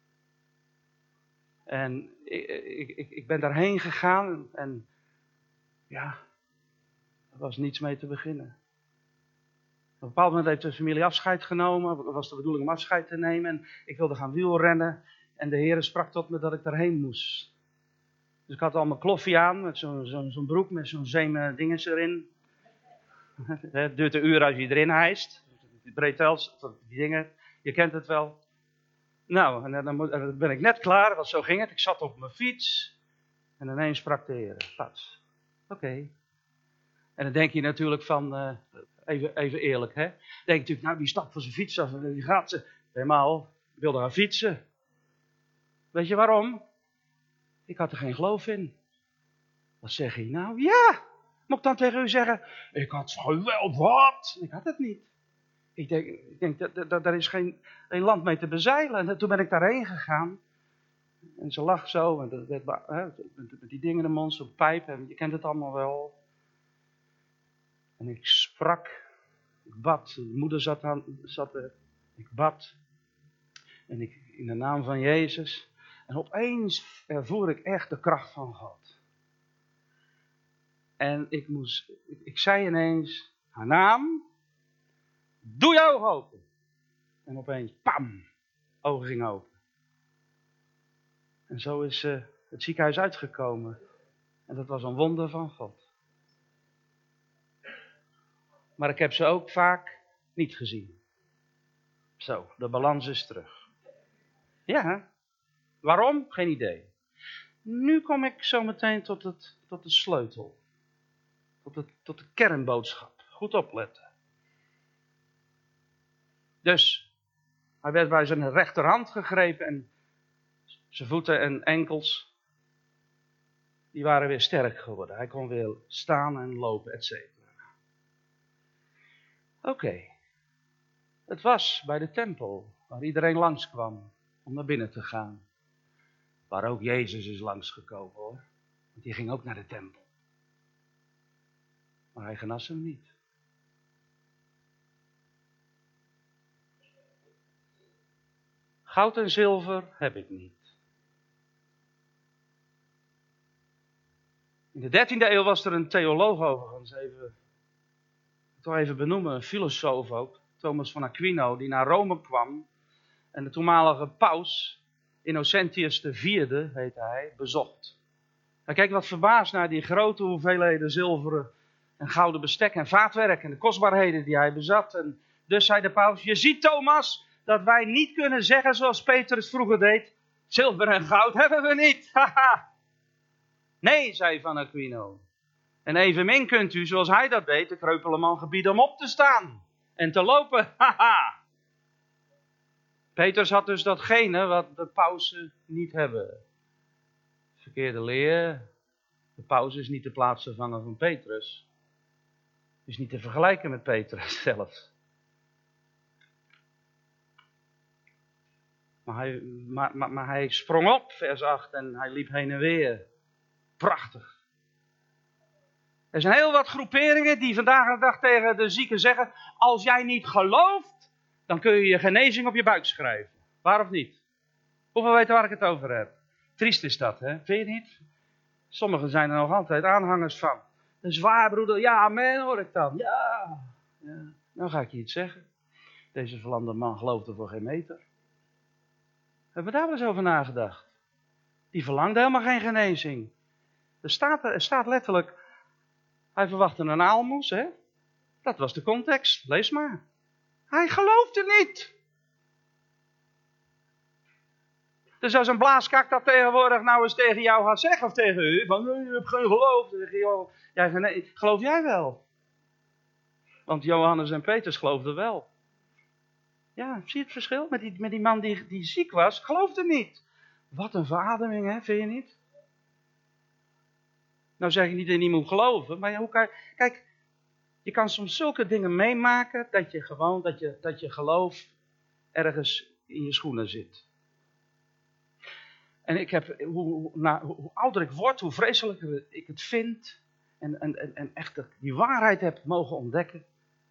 En ik ben daarheen gegaan en ja, er was niets mee te beginnen. Op een bepaald moment heeft de familie afscheid genomen. Het was de bedoeling om afscheid te nemen. En ik wilde gaan wielrennen. En de Heer sprak tot me dat ik daarheen moest. Dus ik had al mijn kloffie aan. Met zo'n broek met zo'n zeem dinges erin. Het duurt een uur als je erin hijst. Die breedtels, die dingen. Je kent het wel. Nou, en dan ben ik net klaar. Want zo ging het. Ik zat op mijn fiets. En ineens sprak de Heer. Pats. Oké. En dan denk je natuurlijk van... Even eerlijk, hè. Denk je natuurlijk, nou, die stapt van zijn fiets af en die gaat ze. Helemaal, ik wilde gaan fietsen. Weet je waarom? Ik had er geen geloof in. Wat zeg je nou? Ja! Moet ik dan tegen u zeggen, ik had van wel wat. Ik had het niet. Ik denk daar is geen land mee te bezeilen. En toen ben ik daarheen gegaan. En ze lag zo, en met die dingen in de mond, zo'n pijp, en je kent het allemaal wel. En ik sprak, ik bad, de moeder zat er, ik bad. En in de naam van Jezus. En opeens ervoer ik echt de kracht van God. En ik zei ineens haar naam. Doe je ogen open. En opeens, pam, ogen gingen open. En zo is ze het ziekenhuis uitgekomen. En dat was een wonder van God. Maar ik heb ze ook vaak niet gezien. Zo, de balans is terug. Ja, waarom? Geen idee. Nu kom ik zo meteen tot de sleutel. Tot de kernboodschap. Goed opletten. Dus, hij werd bij zijn rechterhand gegrepen en zijn voeten en enkels, die waren weer sterk geworden. Hij kon weer staan en lopen, etc. Oké. Het was bij de tempel, waar iedereen langskwam om naar binnen te gaan. Waar ook Jezus is langsgekomen hoor. Want die ging ook naar de tempel. Maar hij genas hem niet. Goud en zilver heb ik niet. In de 13e eeuw was er een theoloog overigens, toch even benoemen, een filosoof ook, Thomas van Aquino, die naar Rome kwam en de toenmalige paus, Innocentius IV heette hij, bezocht. Hij keek wat verbaasd naar die grote hoeveelheden zilveren en gouden bestek en vaatwerk en de kostbaarheden die hij bezat. En dus zei de paus, je ziet Thomas, dat wij niet kunnen zeggen zoals Petrus vroeger deed, zilver en goud hebben we niet, haha. Nee, zei Van Aquino. En evenmin kunt u, zoals hij dat deed, de kreupele man gebieden om op te staan en te lopen, haha. Petrus had dus datgene wat de pausen niet hebben. Verkeerde leer. De paus is niet de plaatsvervanger van Petrus. Is niet te vergelijken met Petrus zelfs. Maar hij sprong op, vers 8, en hij liep heen en weer. Prachtig. Er zijn heel wat groeperingen die vandaag de dag tegen de zieken zeggen, als jij niet gelooft, dan kun je je genezing op je buik schrijven. Waar of niet? Hoeveel weten waar ik het over heb? Triest is dat, hè? Vind je niet? Sommigen zijn er nog altijd aanhangers van. Dat is waar, broeder. Ja, amen, hoor ik dan. Ja. Nou ga ik je iets zeggen. Deze verlamde man geloofde voor geen meter. Hebben we daar wel eens over nagedacht? Die verlangde helemaal geen genezing. Er staat letterlijk, hij verwachtte een aalmoes, hè? Dat was de context. Lees maar. Hij geloofde niet. Dus als een blaaskak dat tegenwoordig nou eens tegen jou gaat zeggen, of tegen u, van je hebt geen geloof, dan zeg je, geloof jij wel? Want Johannes en Petrus geloofden wel. Ja, zie je het verschil? Met die man die ziek was, geloofde niet. Wat een verademing, hè? Vind je niet? Nou zeg ik niet dat je niet moet geloven, maar kijk, je kan soms zulke dingen meemaken dat je geloof ergens in je schoenen zit. En hoe ouder ik word, hoe vreselijker ik het vind. En echt die waarheid heb mogen ontdekken.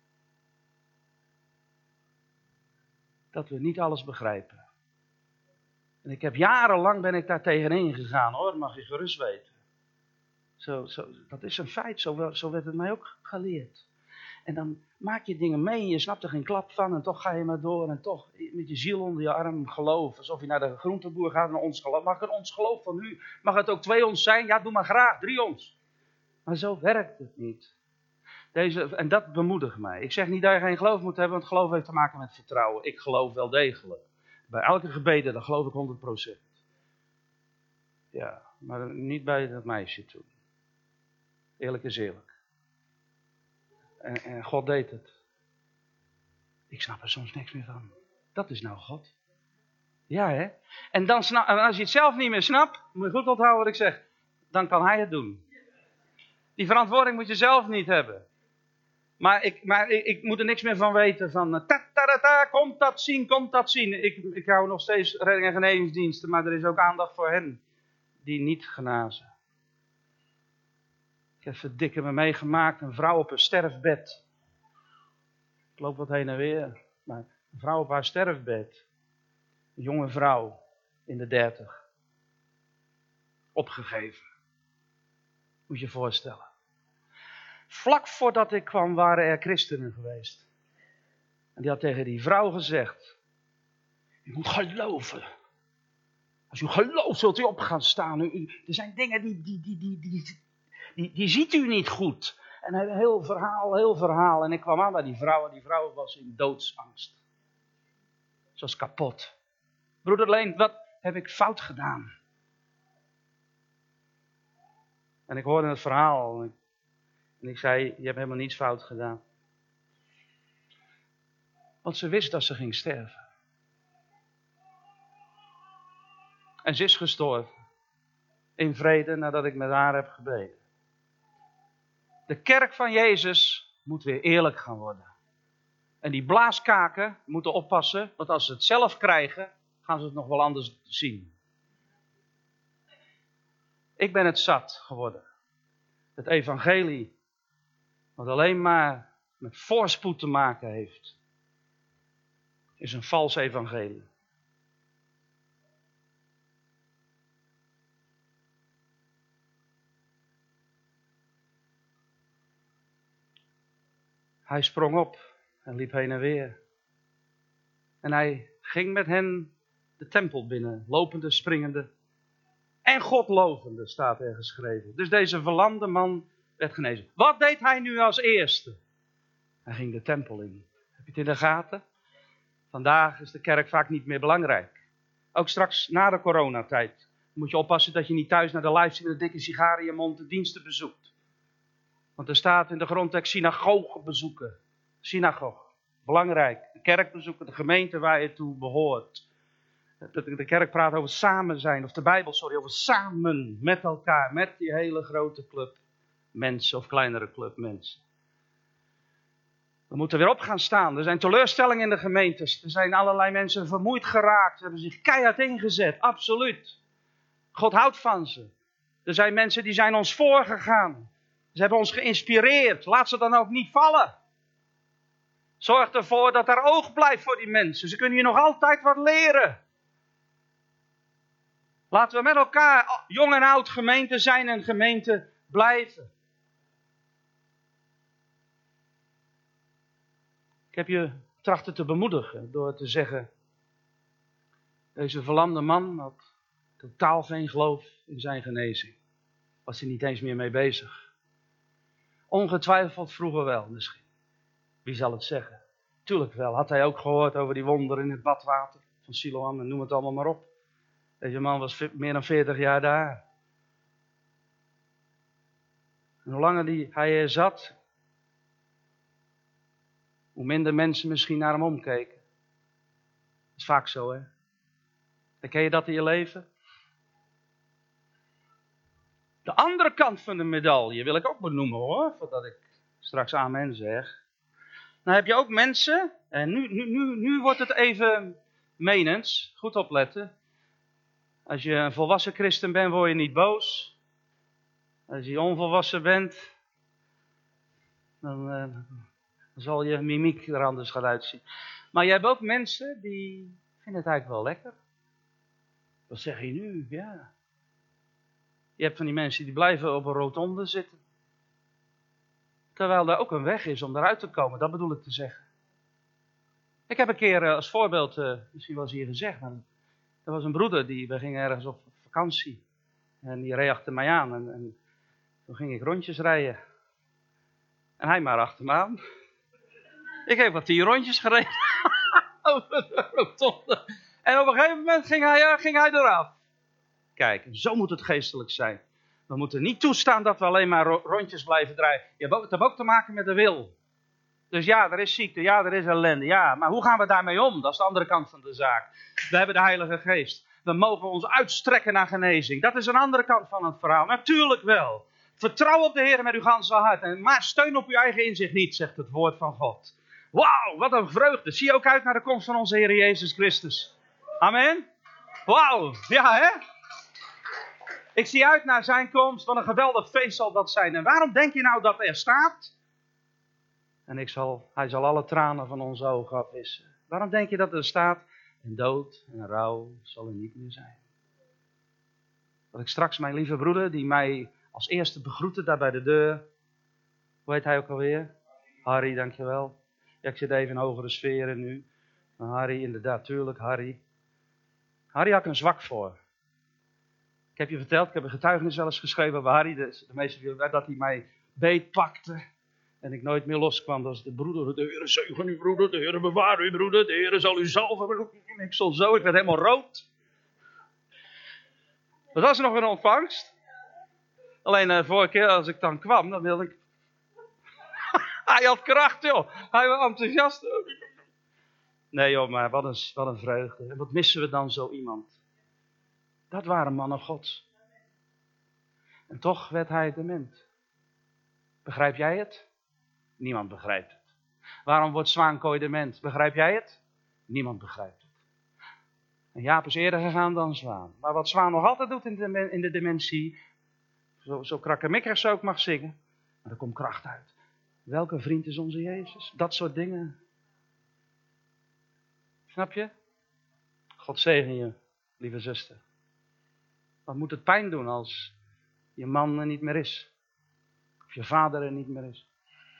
Dat we niet alles begrijpen. En ik heb jarenlang ben ik daar tegenin gegaan hoor, mag je gerust weten. Dat is een feit, zo werd het mij ook geleerd. En dan maak je dingen mee en je snapt er geen klap van en toch ga je maar door en toch met je ziel onder je arm geloof. Alsof je naar de groenteboer gaat en ons geloof. Mag het ons geloof van u? Mag het ook 2 ons zijn? Ja, doe maar graag, 3 ons. Maar zo werkt het niet. En dat bemoedigt mij. Ik zeg niet dat je geen geloof moet hebben, want geloof heeft te maken met vertrouwen. Ik geloof wel degelijk. Bij elke gebede, dan geloof ik 100%. Ja, maar niet bij dat meisje toen. Eerlijk is eerlijk. En God deed het. Ik snap er soms niks meer van. Dat is nou God. Ja, hè? En als je het zelf niet meer snapt, moet je goed onthouden wat ik zeg. Dan kan hij het doen. Die verantwoording moet je zelf niet hebben. Maar ik moet er niks meer van weten. Van komt dat zien. Ik hou nog steeds redding- en genezingsdiensten, maar er is ook aandacht voor hen die niet genazen. Ik heb verdikken me meegemaakt, een vrouw op een sterfbed. Ik loop wat heen en weer. Maar een vrouw op haar sterfbed. Een jonge vrouw in de 30. Opgegeven. Moet je je voorstellen. Vlak voordat ik kwam waren er christenen geweest. En die had tegen die vrouw gezegd: u moet geloven. Als u gelooft zult u op gaan staan. Er zijn dingen die ziet u niet goed. En een heel verhaal. En ik kwam aan bij die vrouw en die vrouw was in doodsangst. Ze was kapot. Broeder Leen, wat heb ik fout gedaan? En ik hoorde het verhaal. En ik zei, je hebt helemaal niets fout gedaan. Want ze wist dat ze ging sterven. En ze is gestorven. In vrede nadat ik met haar heb gebeden. De kerk van Jezus moet weer eerlijk gaan worden. En die blaaskaken moeten oppassen. Want als ze het zelf krijgen, gaan ze het nog wel anders zien. Ik ben het zat geworden. Het evangelie. Wat alleen maar met voorspoed te maken heeft. Is een vals evangelie. Hij sprong op en liep heen en weer. En hij ging met hen de tempel binnen, lopende, springende en God lovende, staat er geschreven. Dus deze verlamde man werd genezen. Wat deed hij nu als eerste? Hij ging de tempel in. Heb je het in de gaten? Vandaag is de kerk vaak niet meer belangrijk. Ook straks na de coronatijd moet je oppassen dat je niet thuis naar de livestream een dikke sigaar in je mond de diensten bezoekt. Want er staat in de grondtekst synagoge bezoeken. Synagoge. Belangrijk. De kerk bezoeken, de gemeente waar je toe behoort. De kerk praat over samen zijn. Of de Bijbel, over samen met elkaar. Met die hele grote club mensen of kleinere club mensen. We moeten weer op gaan staan. Er zijn teleurstellingen in de gemeentes. Er zijn allerlei mensen vermoeid geraakt. Ze hebben zich keihard ingezet. Absoluut. God houdt van ze. Er zijn mensen die zijn ons voorgegaan. Ze hebben ons geïnspireerd. Laat ze dan ook niet vallen. Zorg ervoor dat er oog blijft voor die mensen. Ze kunnen hier nog altijd wat leren. Laten we met elkaar jong en oud gemeente zijn en gemeente blijven. Ik heb je trachten te bemoedigen door te zeggen: deze verlamde man had totaal geen geloof in zijn genezing. Was hij niet eens meer mee bezig. Ongetwijfeld vroeger wel misschien. Wie zal het zeggen? Tuurlijk wel. Had hij ook gehoord over die wonderen in het badwater van Siloam en noem het allemaal maar op. Deze man was meer dan 40 jaar daar. En hoe langer hij er zat, hoe minder mensen misschien naar hem omkeken. Dat is vaak zo, hè? Herken je dat in je leven? De andere kant van de medaille wil ik ook benoemen, hoor, voordat ik straks amen zeg. Dan heb je ook mensen, en nu wordt het even menens, goed opletten. Als je een volwassen christen bent, word je niet boos. Als je onvolwassen bent, dan zal je mimiek er anders gaan uitzien. Maar je hebt ook mensen die vinden het eigenlijk wel lekker. Wat zeg je nu? Ja. Je hebt van die mensen die blijven op een rotonde zitten. Terwijl er ook een weg is om eruit te komen, dat bedoel ik te zeggen. Ik heb een keer als voorbeeld, misschien wel eens hier gezegd, maar er was een broeder, we gingen ergens op vakantie. En die reed achter mij aan en toen ging ik rondjes rijden. En hij maar achter me aan. Ik heb wat 10 rondjes gereden over de rotonde. En op een gegeven moment ging hij eraf. Kijk, zo moet het geestelijk zijn. We moeten niet toestaan dat we alleen maar rondjes blijven draaien. Het heeft ook te maken met de wil. Dus ja, er is ziekte, ja, er is ellende, ja. Maar hoe gaan we daarmee om? Dat is de andere kant van de zaak. We hebben de Heilige Geest. We mogen ons uitstrekken naar genezing. Dat is een andere kant van het verhaal. Natuurlijk wel. Vertrouw op de Heer met uw ganse hart. Maar steun op uw eigen inzicht niet, zegt het woord van God. Wauw, wat een vreugde. Zie je ook uit naar de komst van onze Heer Jezus Christus. Amen. Wauw, ja hè. Ik zie uit naar zijn komst. Wat een geweldig feest zal dat zijn. En waarom denk je nou dat er staat? En hij zal alle tranen van onze ogen afwissen. Waarom denk je dat er staat? En dood en rouw zal er niet meer zijn. Dat ik straks mijn lieve broeder, die mij als eerste begroette daar bij de deur. Hoe heet hij ook alweer? Harry, dankjewel. Ja, ik zit even in hogere sferen nu. Maar Harry, inderdaad, tuurlijk, Harry. Harry had er een zwak voor. Ik heb je verteld, ik heb een getuigenis wel eens geschreven over Harry. De meeste van jullie, dat hij mij beetpakte. En ik nooit meer loskwam. Dat is de broeder. De Heer zegen u broeder. De Heer bewaar u broeder. De Heer zal u zalven. Ik stond zo, ik werd helemaal rood. Dat was nog een ontvangst. Alleen de vorige keer als ik dan kwam, dan wilde ik... Hij had kracht, joh. Hij was enthousiast. Nee joh, maar wat een vreugde. En wat missen we dan zo iemand? Dat waren mannen Gods. En toch werd hij dement. Begrijp jij het? Niemand begrijpt het. Waarom wordt Zwaankooi dement? Begrijp jij het? Niemand begrijpt het. En Jaap is eerder gegaan dan Zwaan. Maar wat Zwaan nog altijd doet in de dementie, zo krakkemikkig zo ook mag zingen, maar er komt kracht uit. Welke vriend is onze Jezus? Dat soort dingen. Snap je? God zegen je, lieve zuster. Wat moet het pijn doen als je man er niet meer is? Of je vader er niet meer is?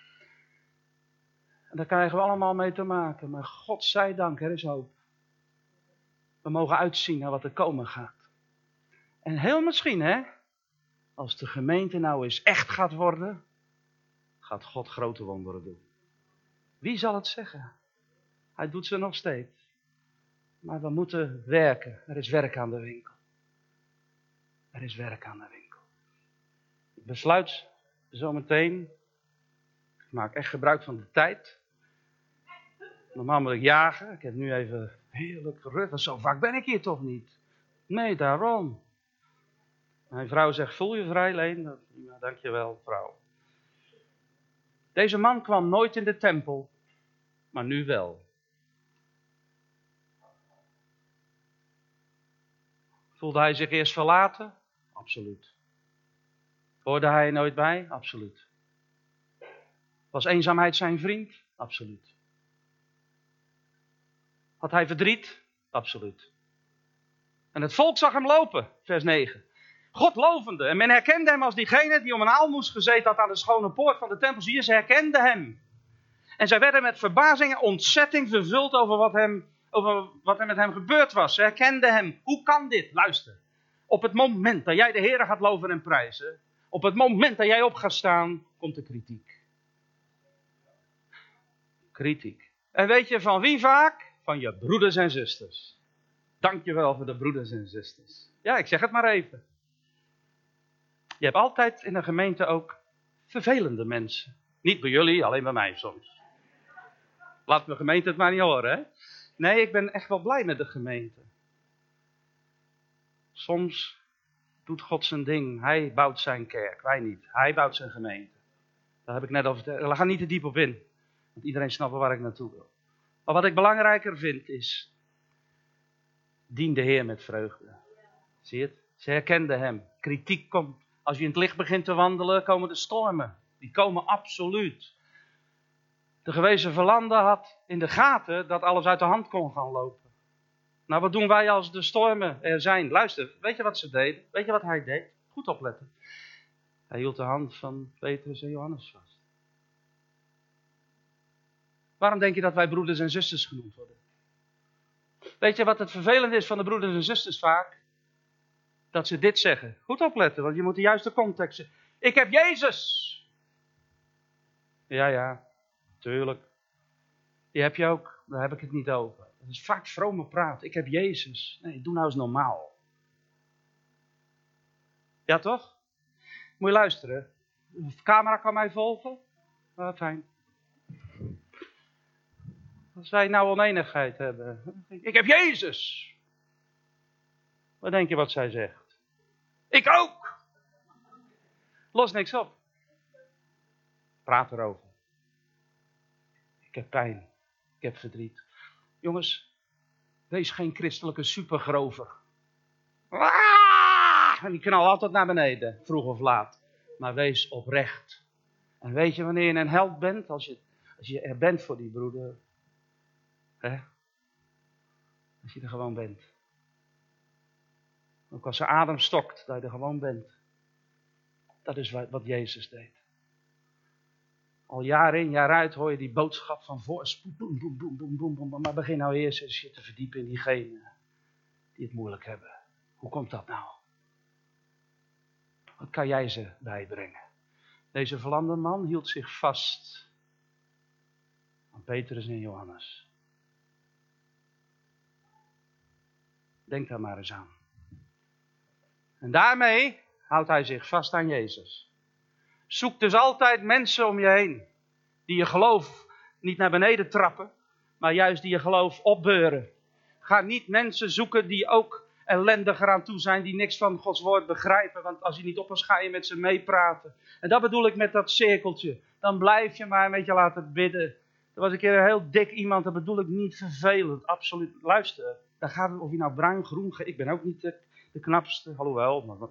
En daar krijgen we allemaal mee te maken. Maar God zij dank, er is hoop. We mogen uitzien naar wat er komen gaat. En heel misschien, als de gemeente nou eens echt gaat worden, gaat God grote wonderen doen. Wie zal het zeggen? Hij doet ze nog steeds. Maar we moeten werken. Er is werk aan de winkel. Er is werk aan de winkel. Ik besluit zometeen. Ik maak echt gebruik van de tijd. Normaal moet ik jagen. Ik heb nu even heerlijk gerust. Zo vaak ben ik hier toch niet? Nee, daarom. Mijn vrouw zegt, voel je vrij, Leen? Ja, dankjewel, vrouw. Deze man kwam nooit in de tempel. Maar nu wel. Voelde hij zich eerst verlaten? Absoluut. Hoorde hij er nooit bij? Absoluut. Was eenzaamheid zijn vriend? Absoluut. Had hij verdriet? Absoluut. En het volk zag hem lopen, vers 9. God lovende. En men herkende hem als diegene die om een aalmoes gezeten had aan de schone poort van de tempel. Zie je, ze herkenden hem. En zij werden met verbazing en ontzetting vervuld over wat er met hem gebeurd was. Ze herkenden hem. Hoe kan dit? Luister. Op het moment dat jij de Heer gaat loven en prijzen, op het moment dat jij op gaat staan, komt de kritiek. Kritiek. En weet je van wie vaak? Van je broeders en zusters. Dank je wel voor de broeders en zusters. Ja, ik zeg het maar even. Je hebt altijd in een gemeente ook vervelende mensen. Niet bij jullie, alleen bij mij soms. Laat de gemeente het maar niet horen, hè. Nee, ik ben echt wel blij met de gemeente. Soms doet God zijn ding. Hij bouwt zijn kerk, wij niet. Hij bouwt zijn gemeente. Daar heb ik net over verteld. We gaan niet te diep op in. Want iedereen snapt waar ik naartoe wil. Maar wat ik belangrijker vind is, dien de Heer met vreugde. Zie je het? Ze herkenden hem. Kritiek komt. Als je in het licht begint te wandelen, komen de stormen. Die komen absoluut. De gewezen verlander had in de gaten dat alles uit de hand kon gaan lopen. Nou, wat doen wij als de stormen er zijn? Luister, weet je wat ze deden? Weet je wat hij deed? Goed opletten. Hij hield de hand van Petrus en Johannes vast. Waarom denk je dat wij broeders en zusters genoemd worden? Weet je wat het vervelende is van de broeders en zusters vaak? Dat ze dit zeggen. Goed opletten, want je moet de juiste context zeggen. Ik heb Jezus. Ja, tuurlijk. Die heb je ook. Daar heb ik het niet over. Dat is vaak vrome praat. Ik heb Jezus. Nee, doe nou eens normaal. Ja, toch? Moet je luisteren. De camera kan mij volgen. Fijn. Als wij nou oneenigheid hebben. Ik heb Jezus. Wat denk je wat zij zegt? Ik ook. Los niks op. Praat erover. Ik heb pijn. Ik heb verdriet. Jongens, wees geen christelijke supergrover. En die knalt altijd naar beneden, vroeg of laat. Maar wees oprecht. En weet je wanneer je een held bent? Als je er bent voor die broeder. Als je er gewoon bent. Ook als ze adem stokt, dat je er gewoon bent. Dat is wat Jezus deed. Al jaar in, jaar uit hoor je die boodschap van voorspoed. Boem, boem, boem, boem, boem, boem. Maar begin nou eerst eens je te verdiepen in diegenen die het moeilijk hebben. Hoe komt dat nou? Wat kan jij ze bijbrengen? Deze verlamde man hield zich vast aan Petrus en Johannes. Denk daar maar eens aan. En daarmee houdt hij zich vast aan Jezus. Zoek dus altijd mensen om je heen die je geloof niet naar beneden trappen, maar juist die je geloof opbeuren. Ga niet mensen zoeken die ook ellendiger aan toe zijn, die niks van Gods woord begrijpen, want als je niet oppast, ga je met ze meepraten. En dat bedoel ik met dat cirkeltje. Dan blijf je maar een beetje laten bidden. Er was een keer een heel dik iemand, dat bedoel ik niet vervelend, absoluut. Luister, daar gaat het of je nou bruin, groen, ik ben ook niet de knapste, alhoewel,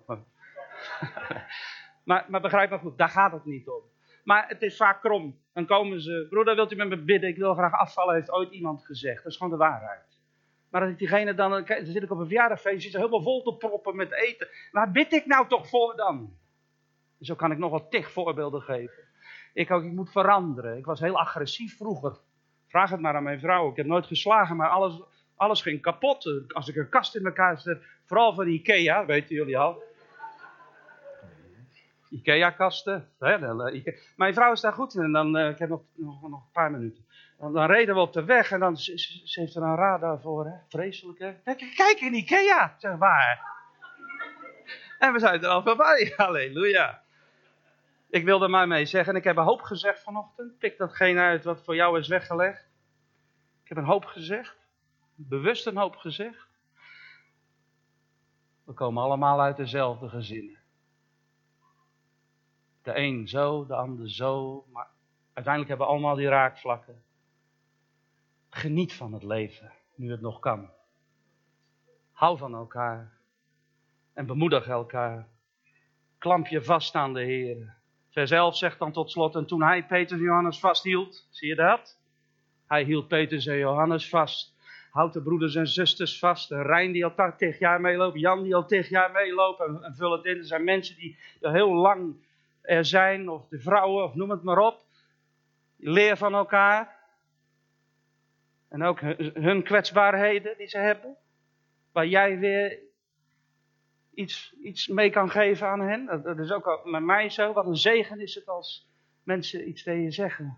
maar begrijp me goed, daar gaat het niet om. Maar het is vaak krom. Dan komen ze, broeder, wilt u met me bidden? Ik wil graag afvallen, heeft ooit iemand gezegd. Dat is gewoon de waarheid. Maar als ik diegene dan zit ik op een verjaardagfeest, zit er helemaal vol te proppen met eten. Waar bid ik nou toch voor dan? Zo kan ik nog wel tig voorbeelden geven. Ik moet veranderen. Ik was heel agressief vroeger. Vraag het maar aan mijn vrouw. Ik heb nooit geslagen, maar alles ging kapot. Als ik een kast in elkaar zet, vooral van Ikea, weten jullie al. Ikea-kasten. Mijn vrouw is daar goed in. En dan, ik heb nog een paar minuten. Dan reden we op de weg en dan ze heeft er een radar voor. Hè? Vreselijk, hè? Kijk in Ikea. Zeg, waar? En we zijn er al voorbij. Halleluja. Ik wilde maar mee zeggen. Ik heb een hoop gezegd vanochtend. Pik datgene uit wat voor jou is weggelegd. Ik heb een hoop gezegd. Bewust een hoop gezegd. We komen allemaal uit dezelfde gezinnen. De een zo, de ander zo. Maar uiteindelijk hebben we allemaal die raakvlakken. Geniet van het leven, nu het nog kan. Hou van elkaar. En bemoedig elkaar. Klamp je vast aan de Heer. Vers 11 zegt dan tot slot, en toen hij Petrus en Johannes vasthield, zie je dat? Hij hield Petrus en Johannes vast. Houdt de broeders en zusters vast. En Rijn die al 10 jaar meeloopt, Jan die al 10 jaar meeloopt. En vul het in, er zijn mensen die al heel lang er zijn, of de vrouwen, of noem het maar op. Leer van elkaar. En ook hun kwetsbaarheden die ze hebben. Waar jij weer iets mee kan geven aan hen. Dat is ook met mij zo. Wat een zegen is het als mensen iets tegen je zeggen.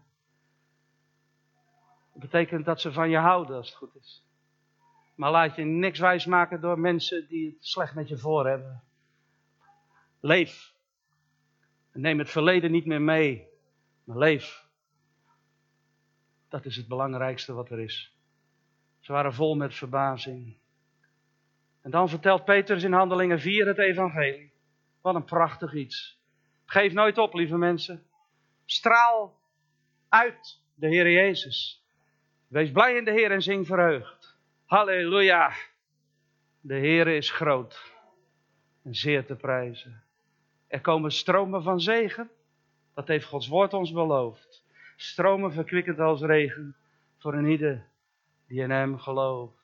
Dat betekent dat ze van je houden als het goed is. Maar laat je niks wijsmaken door mensen die het slecht met je voor hebben. Leef. En neem het verleden niet meer mee. Maar leef. Dat is het belangrijkste wat er is. Ze waren vol met verbazing. En dan vertelt Petrus in Handelingen 4 het evangelie. Wat een prachtig iets. Geef nooit op, lieve mensen. Straal uit de Heer Jezus. Wees blij in de Heer en zing verheugd. Halleluja. De Heer is groot. En zeer te prijzen. Er komen stromen van zegen. Dat heeft Gods woord ons beloofd. Stromen verkwikkend als regen. Voor een ieder die in hem gelooft.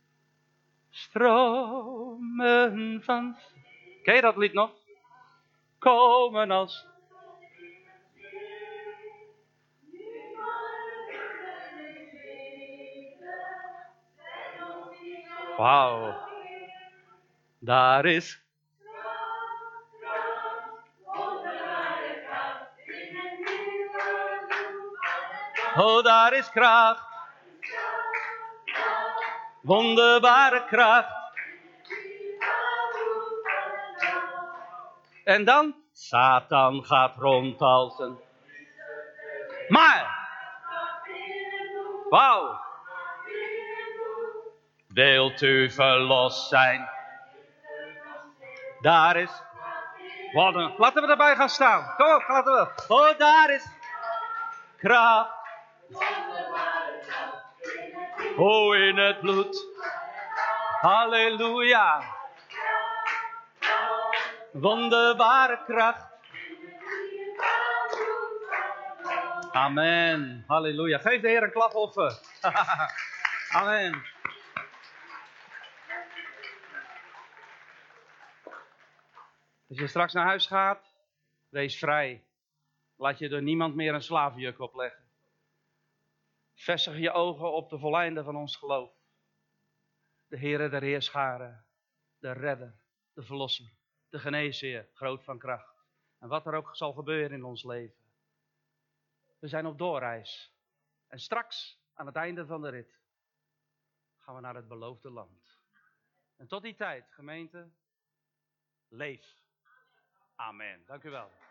Stromen van... Ken je dat lied nog? Komen als... Wauw. Daar is... Oh, daar is kracht. Wonderbare kracht. En dan? Satan gaat rond als een... Maar! Wauw! Wilt u verlost zijn? Daar is... Laten we erbij gaan staan. Kom op, laten we. Oh, daar is... Kracht. Oh, in het bloed. Halleluja. Wonderbare kracht. Amen. Halleluja. Geef de Heer een klapoffer. Amen. Als je straks naar huis gaat, wees vrij. Laat je door niemand meer een slavenjuk opleggen. Vestig je ogen op de voleinde van ons geloof. De Heere der Heerscharen, de Redder, de Verlosser, de Geneesheer, groot van kracht. En wat er ook zal gebeuren in ons leven. We zijn op doorreis. En straks, aan het einde van de rit, gaan we naar het beloofde land. En tot die tijd, gemeente, leef. Amen. Dank u wel.